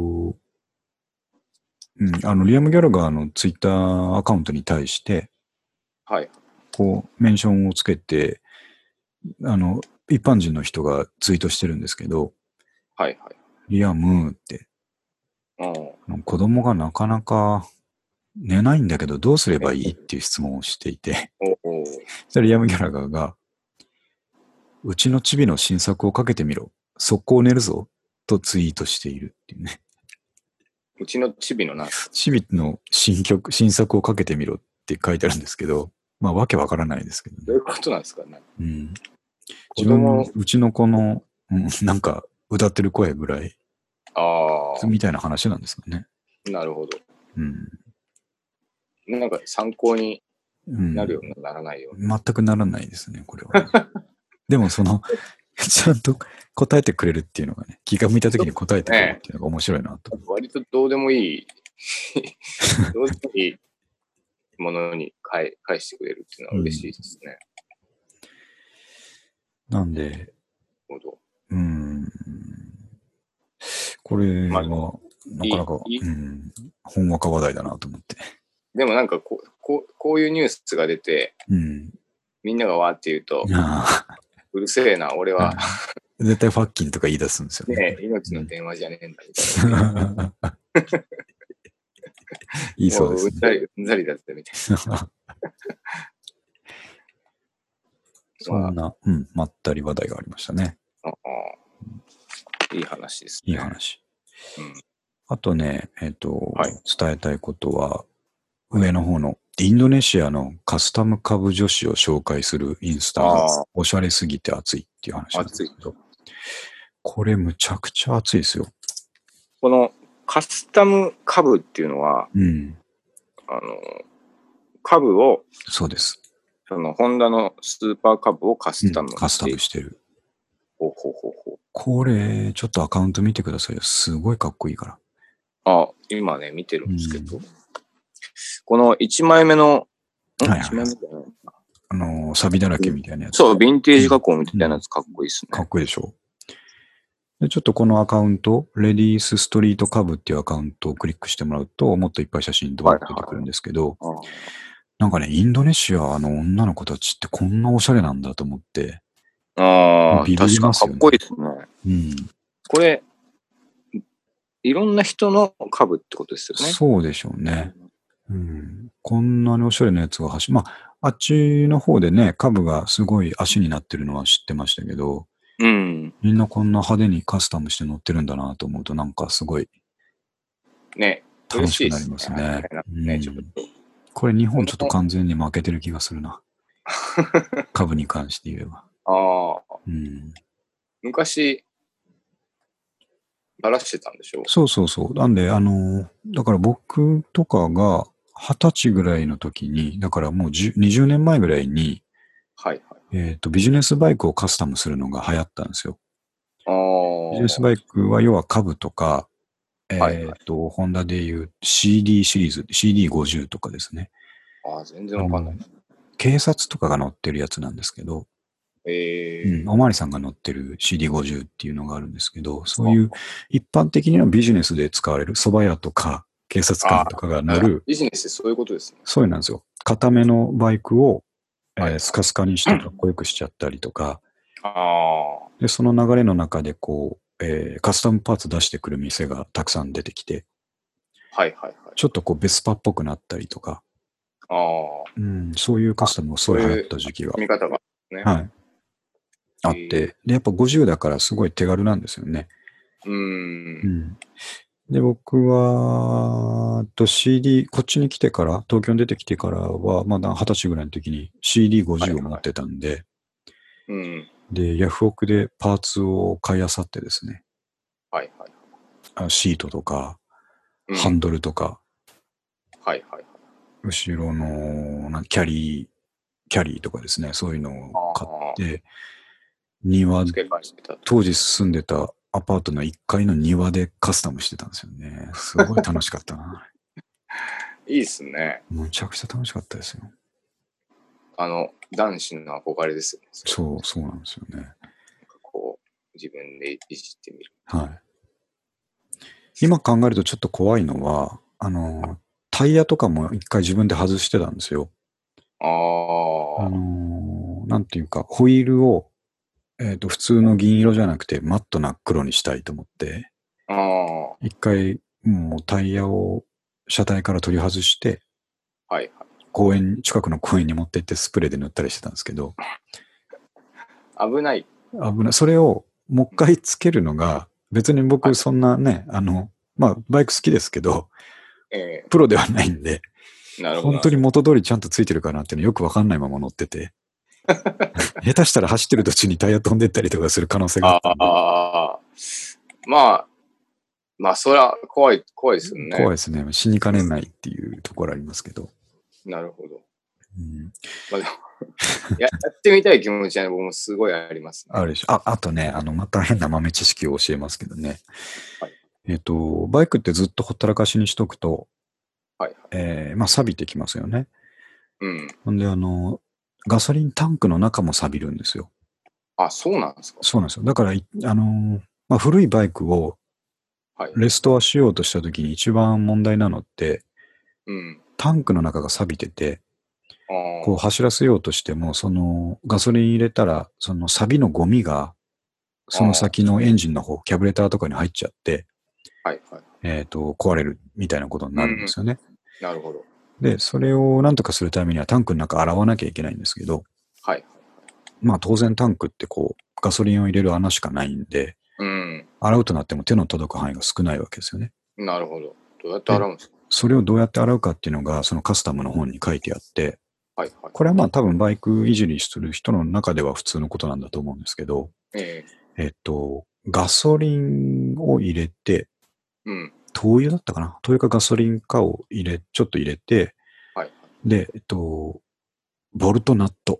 アム・ギャラガーのツイッターアカウントに対して、こう、メンションをつけて、一般人の人がツイートしてるんですけど、リアムって、子供がなかなか寝ないんだけどどうすればいいっていう質問をしていて、そしたらリアム・ギャラガーが、うちのチビの新作をかけてみろ。速攻寝るぞ。とツイートしているっていうね。 うちのチビのチビの新作をかけてみろって書いてあるんですけど、まあわけわからないですけどね。 どういうことなんですかね。 うちの子の、なんか歌ってる声ぐらい、みたいな話なんですかね。 なるほど。なんか参考になるようにならないように。 全くならないですね、これは。でもちゃんと答えてくれるっていうのがね、気が向いた時に答えてくれるっていうのが面白いなと。 割とどうでもいい。どうでもいい。 ものに返してくれるっていうのは嬉しいですね。 なんで、これは、なかなか、ほんわか話題だなと思って。 でもなんかこういうニュースが出て、みんながわーって言うと、うるせえな、俺は。 絶対ファッキンとか言い出すんですよね。 命の電話じゃねえんだみたいな。 いいそうですね。うんざりだってみたいな。 そんな、まったり話題がありましたね。 いい話ですね。 いい話。あとね、伝えたいことは、上の方のインドネシアのカスタム株女子を紹介するインスタがおしゃれすぎて熱いっていう話なんですけど、これむちゃくちゃ熱いですよ。 このカスタム株っていうのは、株を、 そうです。 そのホンダのスーパー株をカスタムしてる。これ、ちょっとアカウント見てくださいよ。すごいかっこいいから。 今ね、見てるんですけど。この1枚目の、 サビだらけみたいなやつ。 そう、ヴィンテージ加工みたいなやつかっこいいですね。 かっこいいでしょ。で、ちょっとこのアカウント、レディースストリート株っていうアカウントをクリックしてもらうと、もっといっぱい写真ドバッと出てくるんですけど、なんかね、インドネシアの女の子たちってこんなおしゃれなんだと思って、 ビビりますよね。かっこいいですね。これ、いろんな人の株ってことですよね。 そうでしょうね。こんなにおしゃれなやつがあっちの方でね、株がすごい足になってるのは知ってましたけど、みんなこんな派手にカスタムして乗ってるんだなと思うと、なんかすごい、 ね、 楽しくなりますね。これ日本ちょっと完全に負けてる気がするな。株に関して言えば。 昔、ばらしてたんでしょ？ そう。なんで、だから僕とかが20歳ぐらいの時に、だからもう20年前ぐらいに、ビジネスバイクをカスタムするのが流行ったんですよ。ビジネスバイクは要は株とか、ホンダでいう CD シリーズ、CD50 とかですね。 全然わかんない。 警察とかが乗ってるやつなんですけど、おまわりさんが乗ってる CD50 っていうのがあるんですけど、そういう一般的にはビジネスで使われる蕎麦屋とか警察官とかが乗る。 ビジネスってそういうことですね。 そうなんですよ。固めのバイクを、スカスカにしてかっこよくしちゃったりとか、でその流れの中でこう、カスタムパーツ出してくる店がたくさん出てきて、ちょっとこうベスパっぽくなったりとか、そういうカスタムがすごい流行った時期が。 見方がね。 あって、で、やっぱ50だからすごい手軽なんですよね。で、僕は、CD、こっちに来てから、東京に出てきてからは、まだ20歳ぐらいの時に CD50 を持ってたんで、で、ヤフオクでパーツを買い漁ってですね、シートとか、ハンドルとか、後ろのキャリーとかですね、そういうのを買って、当時住んでたアパートの1階の庭でカスタムしてたんですよね。すごい楽しかったな。 いいっすね。 むちゃくちゃ楽しかったですよ。 男子の憧れですよね。 そうなんですよね。 こう、自分でいじってみる。 今考えるとちょっと怖いのは、タイヤとかも一回自分で外してたんですよ。なんていうか、ホイールを、普通の銀色じゃなくてマットな黒にしたいと思って、一回もうタイヤを車体から取り外して、近くの公園に持って行ってスプレーで塗ったりしてたんですけど、 危ない。 それをもう一回つけるのが、別に僕そんなね、バイク好きですけど、プロではないんで、本当に元通りちゃんとついてるかなっていうのよくわかんないまま乗ってて、下手したら走ってる途中にタイヤ飛んでったりとかする可能性があったんで。 まあ、それは怖いですよね。 怖いですね。死にかねないっていうところありますけど。 なるほど。やってみたい気持ちは僕もすごいありますね。 あるでしょ。あとね、また変な豆知識を教えますけどね。バイクってずっとほったらかしにしとくと、錆びてきますよね。 うん。 ほんで、ガソリンタンクの中も錆びるんですよ。 あ、そうなんですか。 そうなんですよ。だから、まあ、古いバイクをレストアしようとしたときに一番問題なのって、 うん、 タンクの中が錆びてて、こうあ走らせようとしても、ガソリン入れたら、その錆のゴミが、その先のエンジンの方、キャブレターとかに入っちゃって、 はいはい。 壊れるみたいなことになるんですよね。 なるほど。 で、それをなんとかするためにはタンクの中洗わなきゃいけないんですけど、 はい。 まあ当然タンクってこう、ガソリンを入れる穴しかないんで、 うん。 洗うとなっても手の届く範囲が少ないわけですよね。 なるほど。どうやって洗うんですか？ それをどうやって洗うかっていうのが、そのカスタムの本に書いてあって、 はいはい。 これはまあ多分バイクいじりする人の中では普通のことなんだと思うんですけど、ガソリンを入れて、 うん。 灯油だったかな、灯油かガソリンかをちょっと入れて、 はい。 で、ボルトナット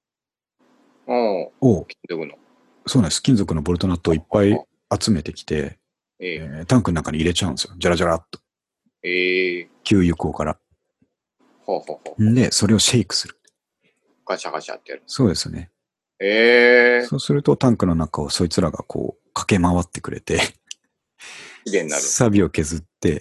を、そうなんです。金属のボルトナットをいっぱい集めてきて、タンクの中に入れちゃうんですよ。ジャラジャラっと。給油口から。で、それをシェイクする。 ガチャガチャってやる。 そうですね。そうするとタンクの中をそいつらがこう駆け回ってくれて綺麗になる。 錆を削って、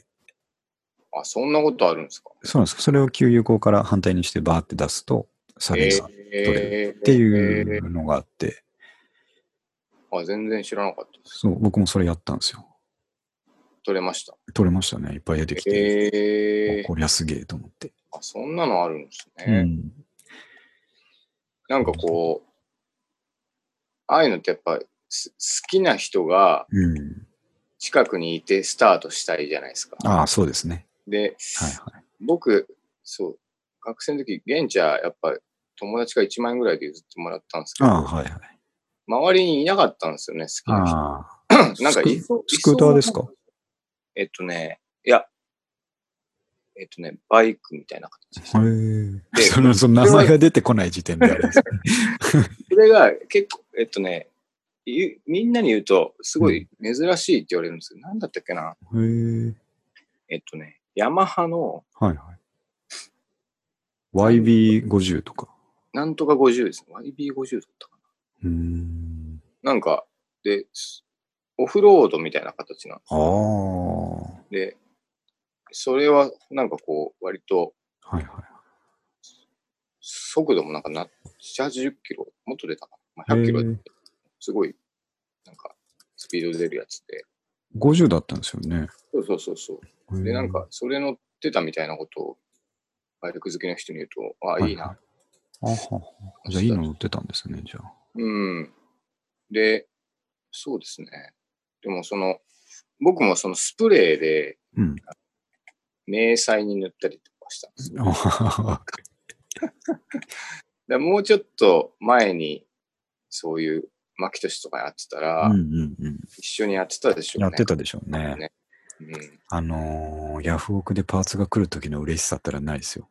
あ、そんなことあるんですか？ そうなんです。それを給油口から反対にしてバーって出すと錆が取れるっていうのがあって、 あ、全然知らなかったです。 そう、僕もそれやったんですよ。 取れました。 取れましたね。いっぱい出てきて。こりゃすげえと思って。 あ、そんなのあるんですね。なんかこう、ああいうのってやっぱ好きな人が近くにいてスタートしたいじゃないですか。 ああ、そうですね。 で、僕、そう、学生の時、現地はやっぱ友達が1万円ぐらいで譲ってもらったんですけど、周りにいなかったんですよね、好きな人。なんかスクーターですか？ いや、バイクみたいな形でした。その名前が出てこない時点であれですね。 それが結構、みんなに言うと、すごい珍しいって言われるんですけど、なんだったっけな。ヤマハの、 YB50 とか。 なんとか50ですね。YB50 だったかな。なんか、で、オフロードみたいな形なんですよ。で、それはなんかこう、割と、速度もなんか7、80キロ、もっと出たかな。100キロ、すごい、なんか、スピード出るやつで。 50だったんですよね。 そう。で、なんか、それ乗ってたみたいなことを、バイク好きな人に言うと、あ、いいな。 じゃあ、いいの乗ってたんですね、じゃあ。 で、そうですね。でも、僕もそのスプレーで、迷彩に塗ったりとかしたんですよ。もうちょっと前に、そういう牧俊とかやってたら、一緒にやってたでしょうね。 やってたでしょうね。ヤフオクでパーツが来る時の嬉しさったらないですよ。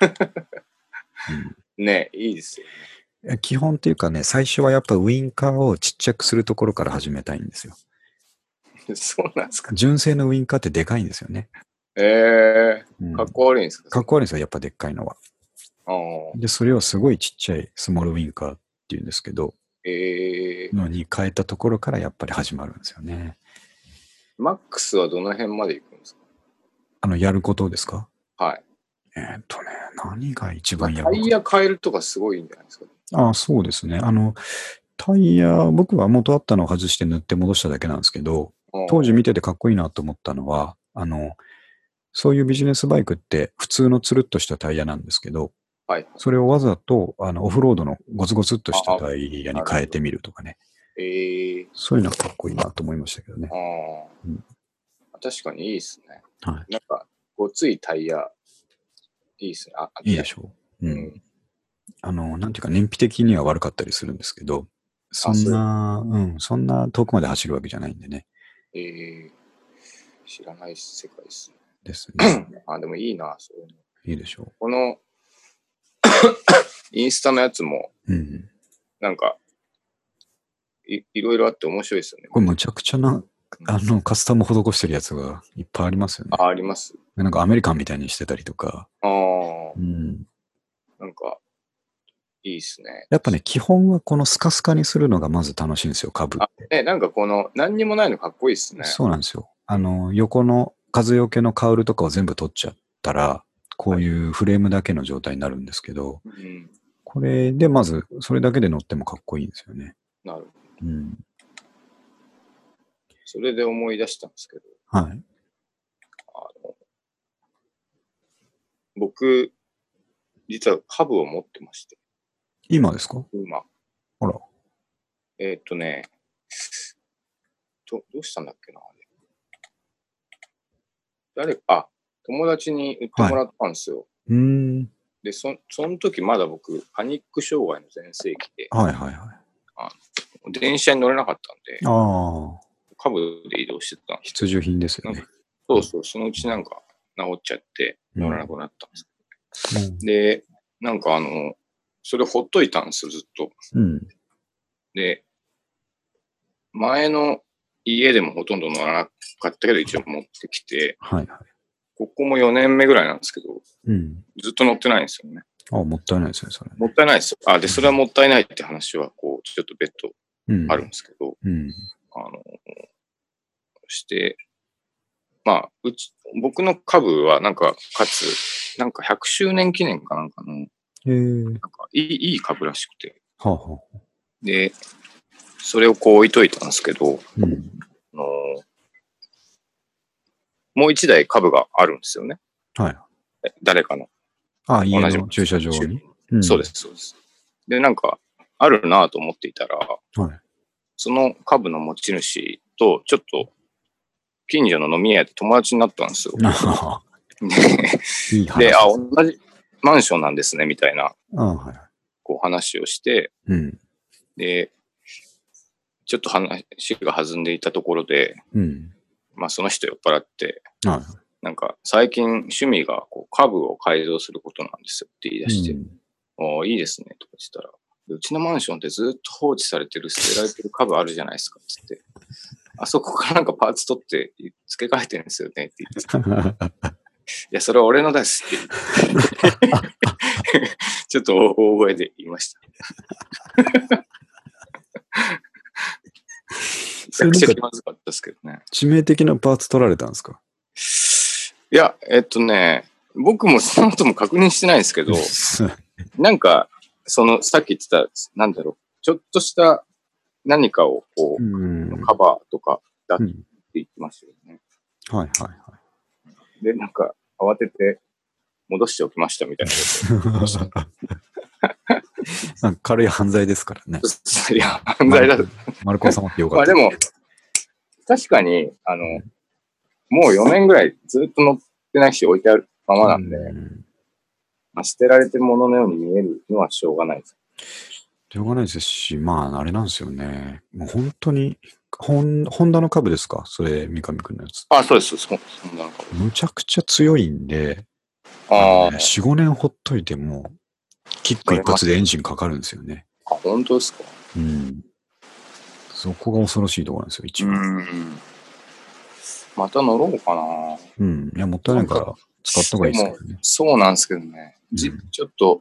ね、いいですよね。基本っていうかね、最初はやっぱウインカーをちっちゃくするところから始めたいんですよ。 そうなんですか。 純正のウインカーってでかいんですよね。 かっこ悪いんですか？ かっこ悪いんですよ、やっぱでっかいのは。で、それをすごいちっちゃいスモールウインカーっていうんですけど、のに変えたところからやっぱり始まるんですよね。 マックスはどの辺まで行くんですか？ やることですか？ はい。 何が一番やるか。 タイヤ変えるとかすごいんじゃないですか？ ああ、そうですね。タイヤ、僕は元あったのを外して塗って戻しただけなんですけど、当時見ててかっこいいなと思ったのは、そういうビジネスバイクって普通のつるっとしたタイヤなんですけど、それをわざとオフロードのゴツゴツっとしたタイヤに変えてみるとかね。そういうのはかっこいいなと思いましたけどね。 確かにいいですね。なんか、ごついタイヤ、いいですね。 いいでしょう。なんていうか、燃費的には悪かったりするんですけど、そんな遠くまで走るわけじゃないんでね。 知らない世界ですね。 ですね。 でもいいな、そういうの。 いいでしょう。 この、インスタのやつも、なんか、いろいろあって面白いですよね。 これむちゃくちゃな、カスタム施してるやつがいっぱいありますよね。 あります。 なんかアメリカンみたいにしてたりとか。 なんなんか、いいっすね。 やっぱね、基本はこのスカスカにするのがまず楽しいんですよ、株って。 なんかこの、何にもないのかっこいいっすね。 そうなんですよ。横の風よけのカウルとかを全部取っちゃったら、こういうフレームだけの状態になるんですけど、これでまず、それだけで乗ってもかっこいいんですよね。 なるほど。 うん。 それで思い出したんですけど、 はい。 僕、実は株を持ってまして。 今ですか？ 今。 ほら。 どうしたんだっけな、友達に売ってもらったんですよ。で、その時まだ僕、パニック障害の全盛期で、 はいはいはい。 電車に乗れなかったんで、 ああ。 株で移動してたんです。 必需品ですよね。 そうそう、そのうちなんか治っちゃって乗らなくなったんです。で、なんかそれほっといたんですよ、ずっと。で、前の家でもほとんど乗らなかったけど、一応持ってきて、 はいはい。 ここも4年目ぐらいなんですけど、ずっと乗ってないんですよね。 もったいないですね、それ。 もったいないですよ。で、それはもったいないって話は、こう、ちょっと別途あるんですけど、まあ、僕の株はなんか100周年記念かなんかの、なんかいい株らしくて。で、それをこう置いといたんですけど、もう一台株があるんですよね。 はい。 誰かの。 家の駐車場に。 そうです、そうです。で、なんか、あるなと思っていたら、その株の持ち主と、ちょっと、近所の飲み屋で友達になったんですよ。で、同じマンションなんですね、みたいな、こう話をして、で、ちょっと話が弾んでいたところで、まあその人酔っ払って、なんか最近趣味がこう株を改造することなんですよって言い出して、いいですね、とか言ったら、うちのマンションってずっと放置されてる、捨てられてる株あるじゃないですか、つって。あそこからなんかパーツ取って付け替えてるんですよねって言って。いや、それは俺のですって言って。ちょっと大声で言いました。めちゃくちゃ気まずかったですけどね。 致命的なパーツ取られたんですか？ いや、僕もその後も確認してないんですけど、なんか、さっき言ってた、なんだろう、ちょっとした何かをこう、カバーとかだって言ってましたよね。 はいはいはい。 で、なんか、慌てて戻しておきましたみたいな。 なんか軽い犯罪ですからね。 いや、犯罪だと。 丸子様ってよかった。 まあでも、確かに、もう4年ぐらいずっと乗ってないし置いてあるままなんで、捨てられてるもののように見えるのはしょうがないです。 しょうがないですし、まあ、あれなんですよね。もう本当に、ホンダの株ですか？それ、三上くんのやつ。 そうです、ホンダの株。 むちゃくちゃ強いんで、4、5年ほっといても、キック一発でエンジンかかるんですよね。 本当ですか？ そこが恐ろしいところなんですよ、一番。 また乗ろうかな。 いや、もったいないから使った方がいいですけどね。 そうなんですけどね。ちょっと、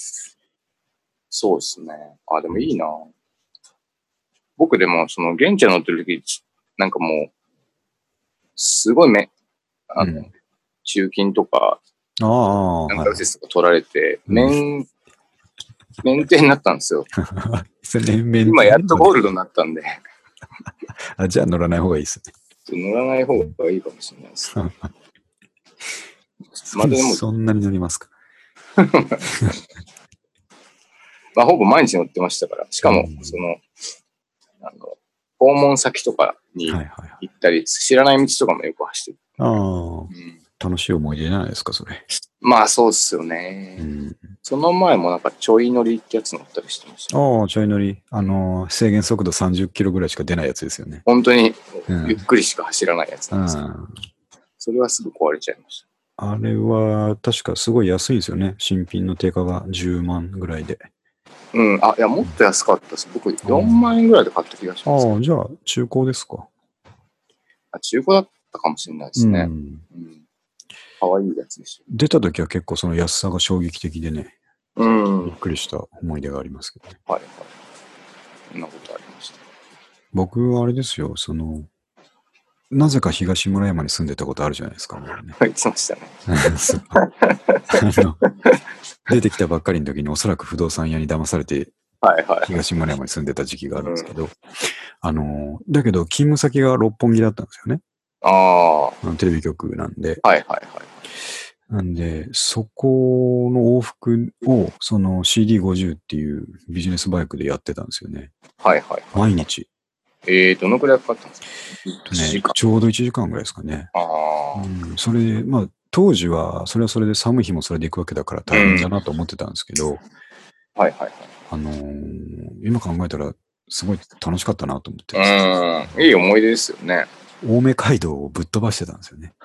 そうですね。でもいいな。僕でも、現地乗ってる時、なんかもう、すごい中金とか、なんかとか取られて、免停になったんですよ。今やっとゴールドになったんで。 じゃあ乗らない方がいいですね。 乗らない方がいいかもしれないです。 そんなに乗りますか？ ほぼ毎日乗ってましたから。しかも、訪問先とかに行ったり、知らない道とかもよく走ってる。 楽しい思い出じゃないですか、それ。 まあ、そうっすよね。その前もなんかちょい乗りってやつ乗ったりしてました。 ちょい乗り。制限速度30キロぐらいしか出ないやつですよね。 本当に、ゆっくりしか走らないやつなんですけど。それはすぐ壊れちゃいました。 あれは、確かすごい安いですよね。新品の定価が10万ぐらいで。 いや、もっと安かったです。僕、4万円ぐらいで買った気がします。 じゃあ、中古ですか？ 中古だったかもしれないですね。かわいいやつでした。 出た時は結構その安さが衝撃的でね。 びっくりした思い出がありますけどね。 はいはい。そんなことありました。 僕はあれですよ、なぜか東村山に住んでたことあるじゃないですか、ね。 言ってましたね。 出てきたばっかりの時におそらく不動産屋に騙されて、東村山に住んでた時期があるんですけど、だけど勤務先が六本木だったんですよね。テレビ局なんで。なんで、そこの往復を、CD50 っていうビジネスバイクでやってたんですよね。毎日。 どのくらいかかったんですか？ ちょうど1時間ぐらいですかね。それで、まあ、当時は、それはそれで寒い日もそれで行くわけだから大変だなと思ってたんですけど、今考えたら、すごい楽しかったなと思って。 いい思い出ですよね。 青梅街道をぶっ飛ばしてたんですよね。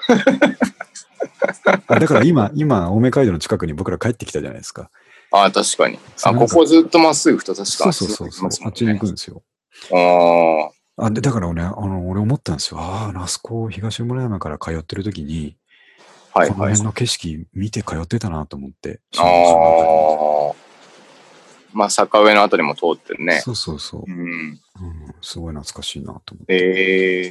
だから今、青梅街道の近くに僕ら帰ってきたじゃないですか。 確かに。ここずっとまっすぐ行くと確かに。 そう。あっちに行くんですよ。だからね、俺思ったんですよ。あそこ東村山から通ってる時に、この辺の景色見て通ってたなと思って。 まあ、坂上のあたりも通ってるね。 そう。すごい懐かしいなと思って。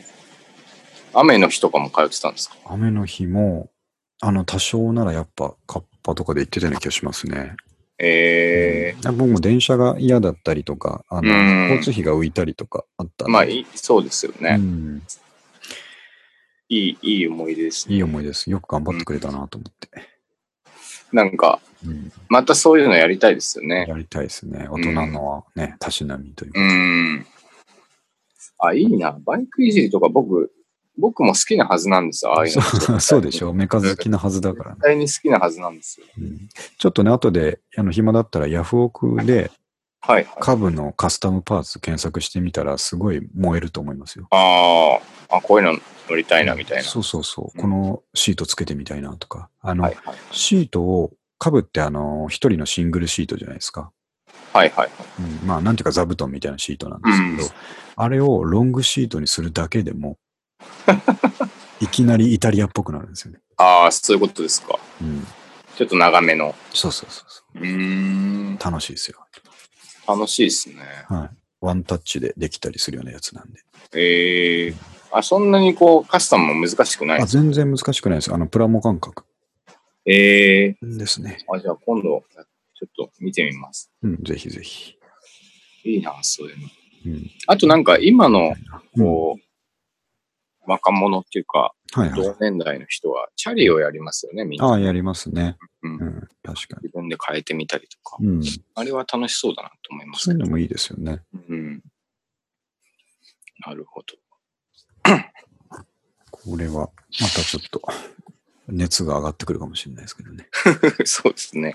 雨の日とかも通ってたんですか？ 雨の日も、多少ならやっぱ、カッパとかで行ってたような気がしますね。僕も電車が嫌だったりとか、交通費が浮いたりとかあったんで。 まあ、そうですよね。いい思い出ですね。 いい思い出です。よく頑張ってくれたなと思って。 なんか、またそういうのやりたいですよね。 やりたいですね。大人のね、たしなみというか。いいな。バイクいじりとか僕も好きなはずなんですよ。ああいうの。そうでしょ。メカ好きなはずだからね。 絶対に好きなはずなんですよ。 ちょっとね、後で、暇だったらヤフオクで、株のカスタムパーツ検索してみたら、すごい燃えると思いますよ。 こういうの乗りたいなみたいな。 そう。このシートつけてみたいなとか。シートを、株って一人のシングルシートじゃないですか。まあ、なんていうか座布団みたいなシートなんですけど、あれをロングシートにするだけでも、いきなりイタリアっぽくなるんですよね。 そういうことですか。ちょっと長めの。 そう。楽しいですよ。 楽しいですね。 ワンタッチでできたりするようなやつなんで。 そんなにカスタムも難しくないですか？ 全然難しくないです。プラモ感覚。ですね。 じゃあ今度、ちょっと見てみます。 ぜひぜひ。 いいな、そういうの。あとなんか今の、若者っていうか、同年代の人は、チャリをやりますよね、みんな。 やりますね。確かに。 自分で変えてみたりとか。あれは楽しそうだなと思います。 そういうのもいいですよね。 なるほど。 これは、またちょっと、熱が上がってくるかもしれないですけどね。 そうですね。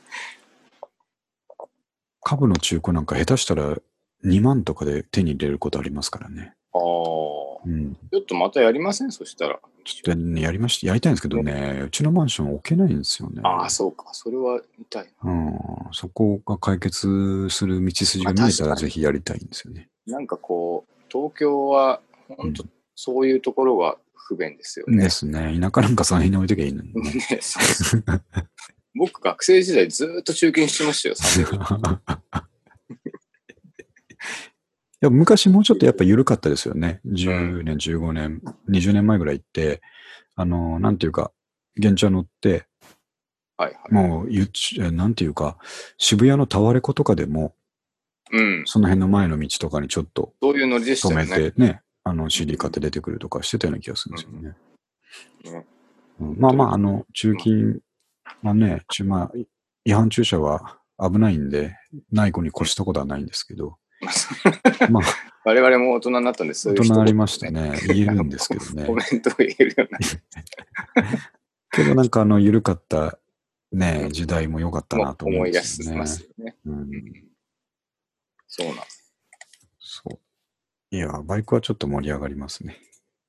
株の中古なんか下手したら2万とかで手に入れることありますからね。 ちょっとまたやりません？そしたら。 ちょっとね、やりたいんですけどね、うちのマンション置けないんですよね。 そうか。それは痛いな。そこが解決する道筋が見えたらぜひやりたいんですよね。 なんか東京は本当そういうところが不便ですよね。 ですね。田舎なんかその辺に置いときゃいいのにね。 僕、学生時代ずっと中継してましたよ、300 いや昔もうちょっとやっぱ緩かったですよね。10年、15年、20年前ぐらいって、なんていうか、原チャ乗って、もう、なんていうか、渋谷のタワレコとかでも、その辺の前の道とかにちょっと止めてね、CD 買って出てくるとかしてたような気がするんですよね。まあ、中金はね、違反駐車は危ないんで、ない子に越したことはないんですけど、 まあ、我々も大人になったんです。 大人になりましたね。言えるんですけどね。 コメント言えるような。 けどなんか緩かったね、時代も良かったなと思いますね。思い出しますよね。そうなんです。 そう。いや、バイクはちょっと盛り上がりますね。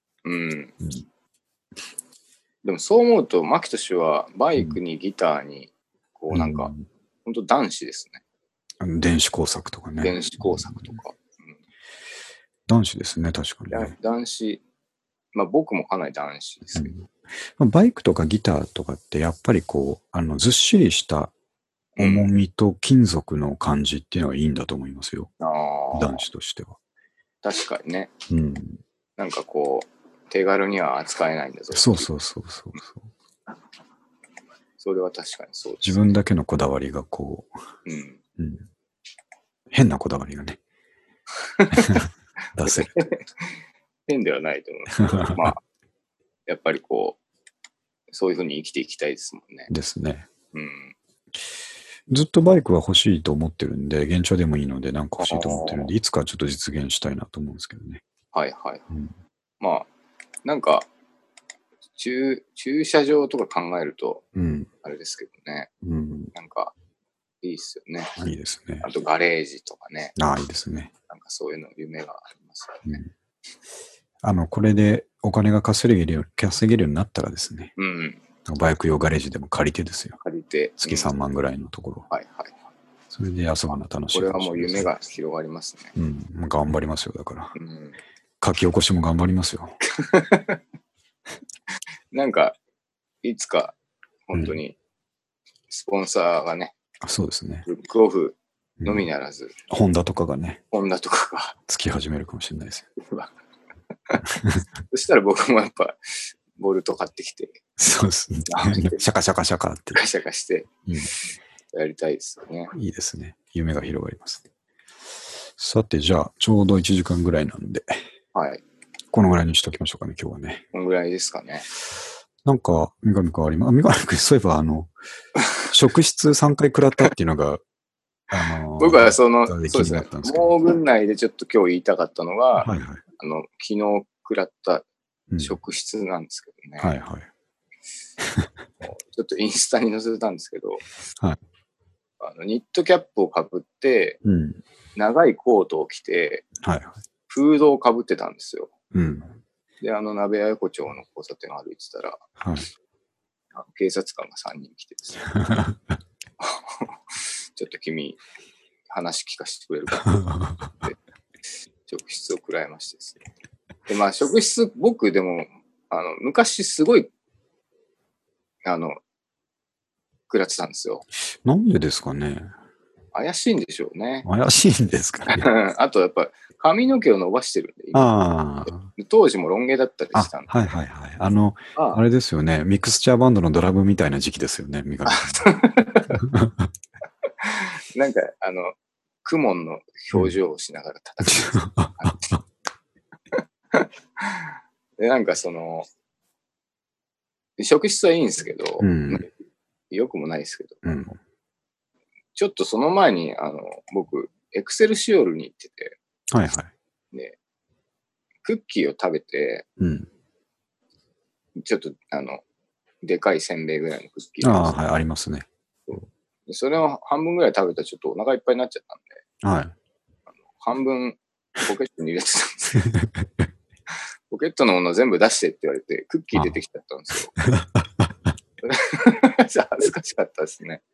でもそう思うと、牧俊はバイクにギターに、なんか、本当男子ですね。 電子工作とかね。 電子工作とか。 男子ですね、確かにね。 男子、まあ僕もかなり男子ですけど。 バイクとかギターとかってやっぱりずっしりした重みと金属の感じっていうのがいいんだと思いますよ。男子としては。 確かにね。 うん。 なんかこう、手軽には扱えないんだぞ。 そうそうそうそう。 それは確かにそうです、ね。 自分だけのこだわりがこう、変なこだわりがね、出せる。 変ではないと思うんですけど、まあ、やっぱりこう、そういうふうに生きていきたいですもんね。 ですね。 うん。 ずっとバイクは欲しいと思ってるんで、現状でもいいので、なんか欲しいと思ってるんで、いつかちょっと実現したいなと思うんですけどね。 はいはい。まあ、なんか、駐車場とか考えると、あれですけどね。なんか、いいっすよね。 いいですね。 あとガレージとかね。 いいですね。 なんかそういうの夢がありますよね。 これでお金が稼げるようになったらですね。バイク用ガレージでも借りてですよ。 借りて。 月3万ぐらいのところ。 はいはい。 それで遊ぶのは楽しい。 これはもう夢が広がりますね。 頑張りますよ、だから。書き起こしも頑張りますよ。 なんか、いつか、本当に、スポンサーがね、 そうですね。 ブックオフのみならず、 ホンダとかがね、 ホンダとかが、 つき始めるかもしれないですよ。 そしたら僕もやっぱ、ボルト買ってきて、 そうですね。シャカシャカシャカって。 シャカシャカして、やりたいですよね。 いいですね。夢が広がります。さて、じゃあ、ちょうど1時間ぐらいなんで、 はい。 このぐらいにしときましょうかね、今日はね。 このぐらいですかね。 なんか、三上くんあります？三上くん、そういえば、職質3回食らったっていうのが、 僕はそうですね、もう軍内でちょっと今日言いたかったのが、昨日食らった職質なんですけどね。ちょっとインスタに載せたんですけど、ニットキャップをかぶって、長いコートを着て、フードをかぶってたんですよ。で、鍋屋横丁の交差点を歩いてたら、警察官が3人来てですね、ちょっと君、話聞かせてくれるかって職質を食らいましてですね。で、まあ、職質、僕でも、昔すごい、食らってたんですよ。 なんでですかね。 怪しいんでしょうね。 怪しいんですかね。 あとやっぱ髪の毛を伸ばしてるんで、当時もロン毛だったりしたんで。 あれですよね。ミクスチャーバンドのドラムみたいな時期ですよね、三上さん。 なんか、クモンの表情をしながら叩く。で、なんか職質はいいんですけど、よくもないですけど、ちょっとその前に、僕、エクセルシオールに行ってて、で、クッキーを食べて、ちょっと、でかいせんべいぐらいのクッキー。 ありますね。 それを半分ぐらい食べたらちょっとお腹いっぱいになっちゃったんで、半分ポケットに入れてたんですよ。ポケットのもの全部出してって言われて、クッキー出てきちゃったんですよ。恥ずかしかったですね。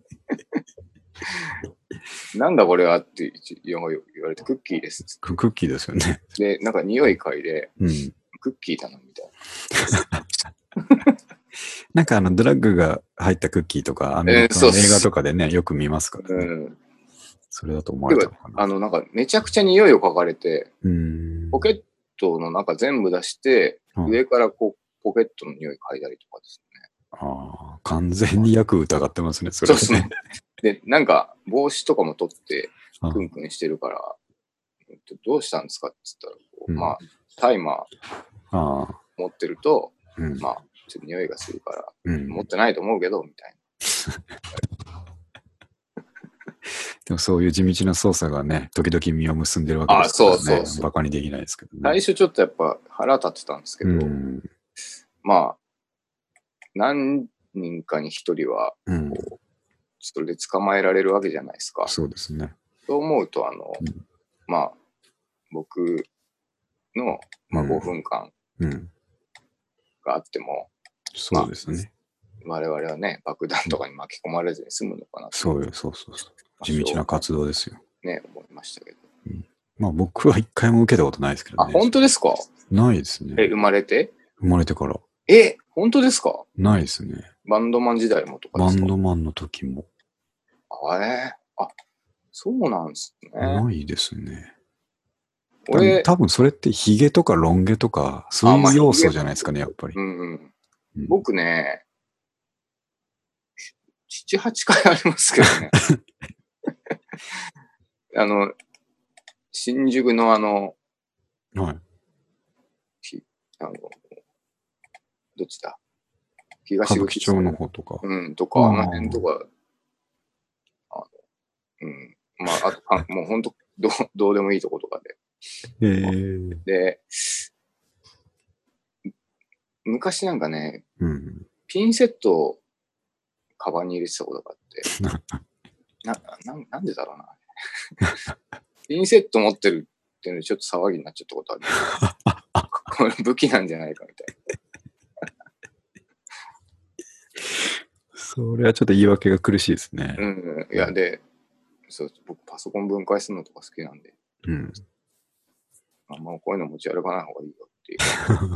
なんだこれはって言われて、クッキーです。 クッキーですよね。 で、なんか匂い嗅いで、クッキーだな、みたいな。なんかドラッグが入ったクッキーとか、アメリカの映画とかでね、よく見ますからね。それだと思われたのかな。 なんかめちゃくちゃ匂いを嗅がれて、ポケットの中全部出して、上からこう、ポケットの匂い嗅いだりとかですね。完全に役疑ってますね、それね。 そうで、なんか帽子とかも取って、クンクンしてるから、どうしたんですかって言ったら、まあ、タイマー持ってると、まあ、ちょっと匂いがするから、持ってないと思うけど、みたいな。 でもそういう地道な捜査がね、時々実を結んでるわけですからね。バカにできないですけどね。 最初ちょっとやっぱ腹立ってたんですけど、まあ、何人かに一人は、それで捕まえられるわけじゃないですか。 そうですね。 そう思うと、まあ、僕の、5分間があっても、 そうですね。 我々はね、爆弾とかに巻き込まれずに済むのかなと。 そう地道な活動ですよ。 ね、思いましたけど。 まあ僕は一回も受けたことないですけどね。 本当ですか？ ないですね。 生まれてから。 本当ですか？ ないですね。 バンドマン時代もとかですか？ バンドマンの時も。 そうなんですね。 ないですね。多分それってヒゲとかロン毛とか、そういう要素じゃないですかね、やっぱり。 僕ね、7、8回ありますけどね。新宿のはい。どっちだ東口町の方とか。 とか、あの辺とか、まあ、あともう本当どうでもいいとことかで。で、昔なんかね、ピンセットをカバンに入れてたことがあって、なんでだろうな。ピンセット持ってるっていうのでちょっと騒ぎになっちゃったことある。これ武器なんじゃないかみたいな。 それはちょっと言い訳が苦しいですね。 いや、僕パソコン分解するのとか好きなんで。あんまこういうの持ち歩かない方がいいよっていう。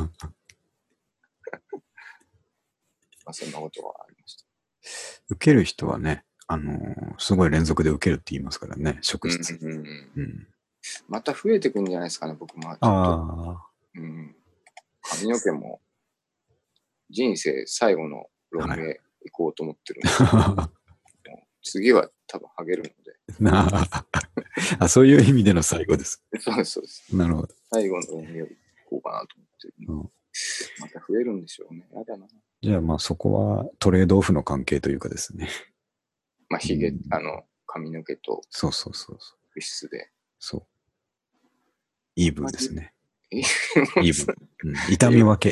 そんなことがありました。 受ける人はね、すごい連続で受けるって言いますからね、職質。 また増えてくんじゃないですかね、僕も。ちょっと髪の毛も人生最後のロン毛行こうと思ってるんで、次は多分ハゲるので。そういう意味での最後です。 そうです。 なるほど。 最後のロン毛行こうかなと思ってる。また増えるんでしょうね。やだな。 じゃあまあそこはトレードオフの関係というかですね。 まあ髪の毛とそう。 物質で。 そう。イーブンですね。 イーブン。痛み分け。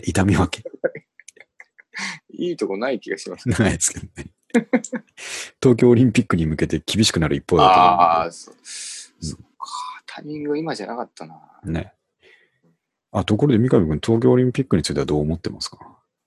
いいとこない気がしますね。 ないですけどね。東京オリンピックに向けて厳しくなる一方だと思う。 そっか。タイミングが今じゃなかったな。 ね。ところで三上君、東京オリンピックについてはどう思ってますか？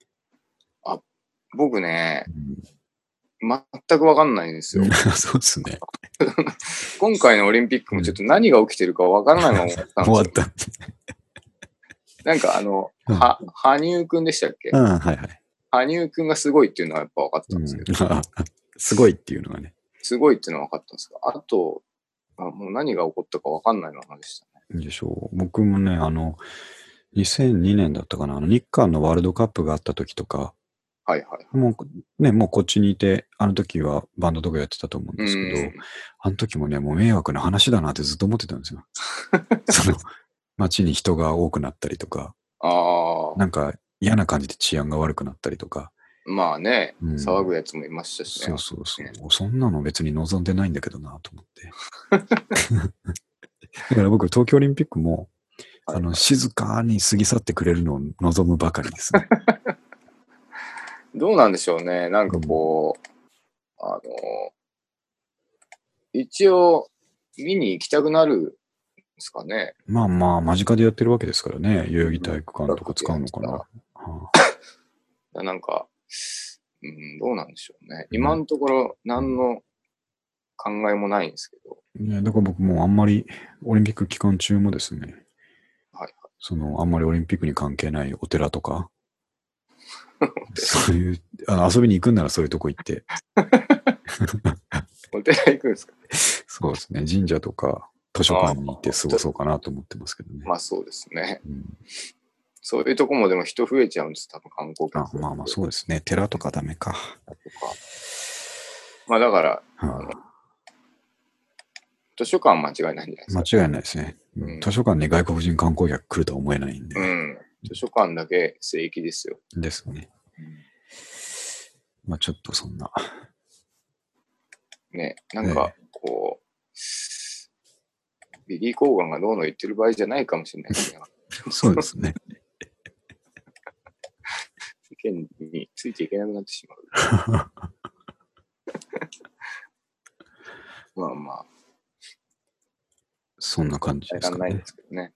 僕ね、全く分かんないんですよ。 そうですね。 今回のオリンピックもちょっと何が起きてるか分からないまま終わったんですよ。 終わった。 なんか羽生くんでしたっけ？ 羽生くんがすごいっていうのはやっぱ分かったんですけど。 すごいっていうのがね。 すごいっていうのは分かったんですが、あと、もう何が起こったか分かんないままでしたね。 でしょう。僕もね、2002年だったかな、日韓のワールドカップがあった時とか、もうこっちにいて、あの時はバンドとかやってたと思うんですけど、あの時もね、もう迷惑な話だなってずっと思ってたんですよ。街に人が多くなったりとか、なんか嫌な感じで治安が悪くなったりとか。 まあね、騒ぐやつもいましたしね。 そう。そんなの別に望んでないんだけどなと思って。だから僕、東京オリンピックも、静かに過ぎ去ってくれるのを望むばかりですね。 どうなんでしょうね。なんかこう、一応、見に行きたくなるんですかね。 まあ間近でやってるわけですからね。代々木体育館とか使うのかな。 なんか、どうなんでしょうね。今のところ、何の考えもないんですけど。 だから僕もあんまりオリンピック期間中もですね、あんまりオリンピックに関係ないお寺とか、そういう、遊びに行くんならそういうとこ行って。 お寺行くんですか？ そうですね。神社とか図書館に行って過ごそうかなと思ってますけどね。 まあそうですね。そういうとこもでも人増えちゃうんです、多分観光客。 まあそうですね。寺とかダメか。 まあだから、図書館間違いないんじゃないですか。 間違いないですね。図書館に外国人観光客来るとは思えないんで。 図書館だけ聖域ですよ。 ですね。まあちょっとそんな。 ね、なんかこう、ビリー・コーガンがどうの言ってる場合じゃないかもしれないですね。 そうですね。 世間についていけなくなってしまう。まあ。 そんな感じですかね。 ないんですけどね。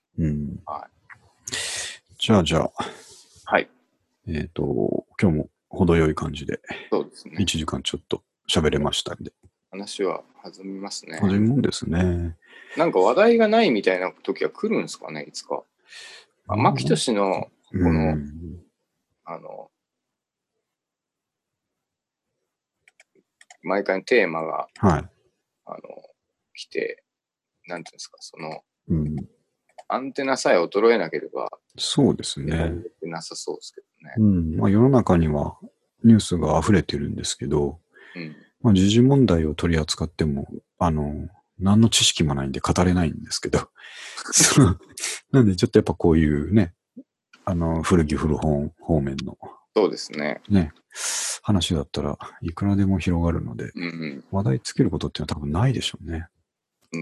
じゃあ。 はい。 今日も程よい感じで。 そうですね。 1時間ちょっと喋れましたんで。 話は弾みますね。 弾むもんですね。 なんか話題がないみたいな時は来るんですかね、いつか。牧俊の、この、毎回のテーマが、 来て、なんていうんですか、 うん、 アンテナさえ衰えなければ、 そうですね。 なさそうですけどね。 うん。まあ世の中にはニュースが溢れてるんですけど、 うん、 まあ時事問題を取り扱っても、何の知識もないんで語れないんですけど、なんでちょっとやっぱこういうね、古着古本方面の、 そうですね。 ね、話だったらいくらでも広がるので、 うん、 話題つけることっていうのは多分ないでしょうね。 うん。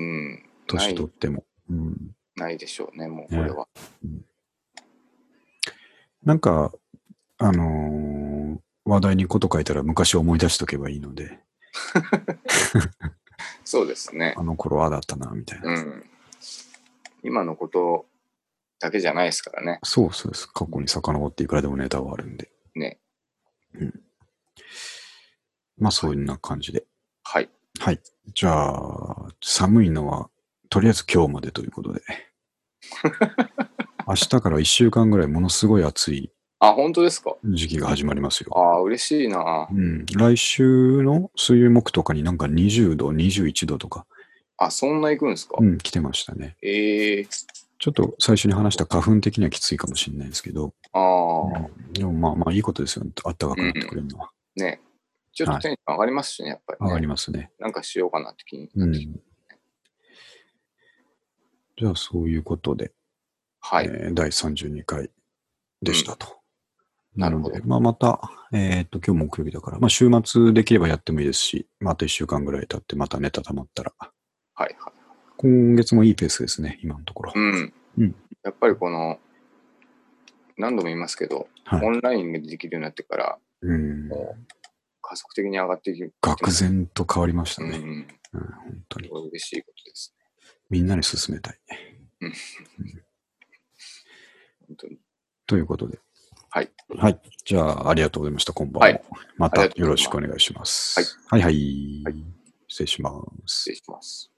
年取っても。うん、 ないでしょうね、もうこれは。 ね、うん、なんか、話題にこと書いたら昔を思い出しとけばいいので。 そうですね。 あの頃はだったな、みたいな。 うん。今のことだけじゃないですからね。 そうです。過去に遡っていくらでもネタはあるんで。 ね。 うん。まあ、そんな感じで。 はい。 はい。じゃあ、寒いのは、とりあえず今日までということで。明日から1週間ぐらいものすごい暑い。 あ、本当ですか？ 時期が始まりますよ。 ああ、嬉しいな。 うん。来週の水曜木とかになんか20度、21度とか。 あ、そんな行くんですか？ うん、来てましたね。ちょっと最初に話した花粉的にはきついかもしれないですけど。 ああ、 うん、でもまあいいことですよね。暖かくなってくれるのは。 ね。ちょっとテンション上がりますしね、やっぱりね。 上がりますね。 なんかしようかなって気になってきて。 じゃあそういうことで、 はい。 第32回でしたと。 なるほど。 まあまた、今日木曜日だから、まあ週末できればやってもいいですし、また1週間ぐらい経ってまたネタ溜まったら。 はいはい。 今月もいいペースですね、今のところ。 うん。やっぱり何度も言いますけど、オンラインでできるようになってから、もう加速的に上がっていく。 愕然と変わりましたね。本当に。 嬉しいことですね。 みんなに勧めたい。 本当に。 ということで。 はい。 はい。じゃあ、ありがとうございました。今晩も。はい。またよろしくお願いします。はい。はい。失礼します。 失礼します。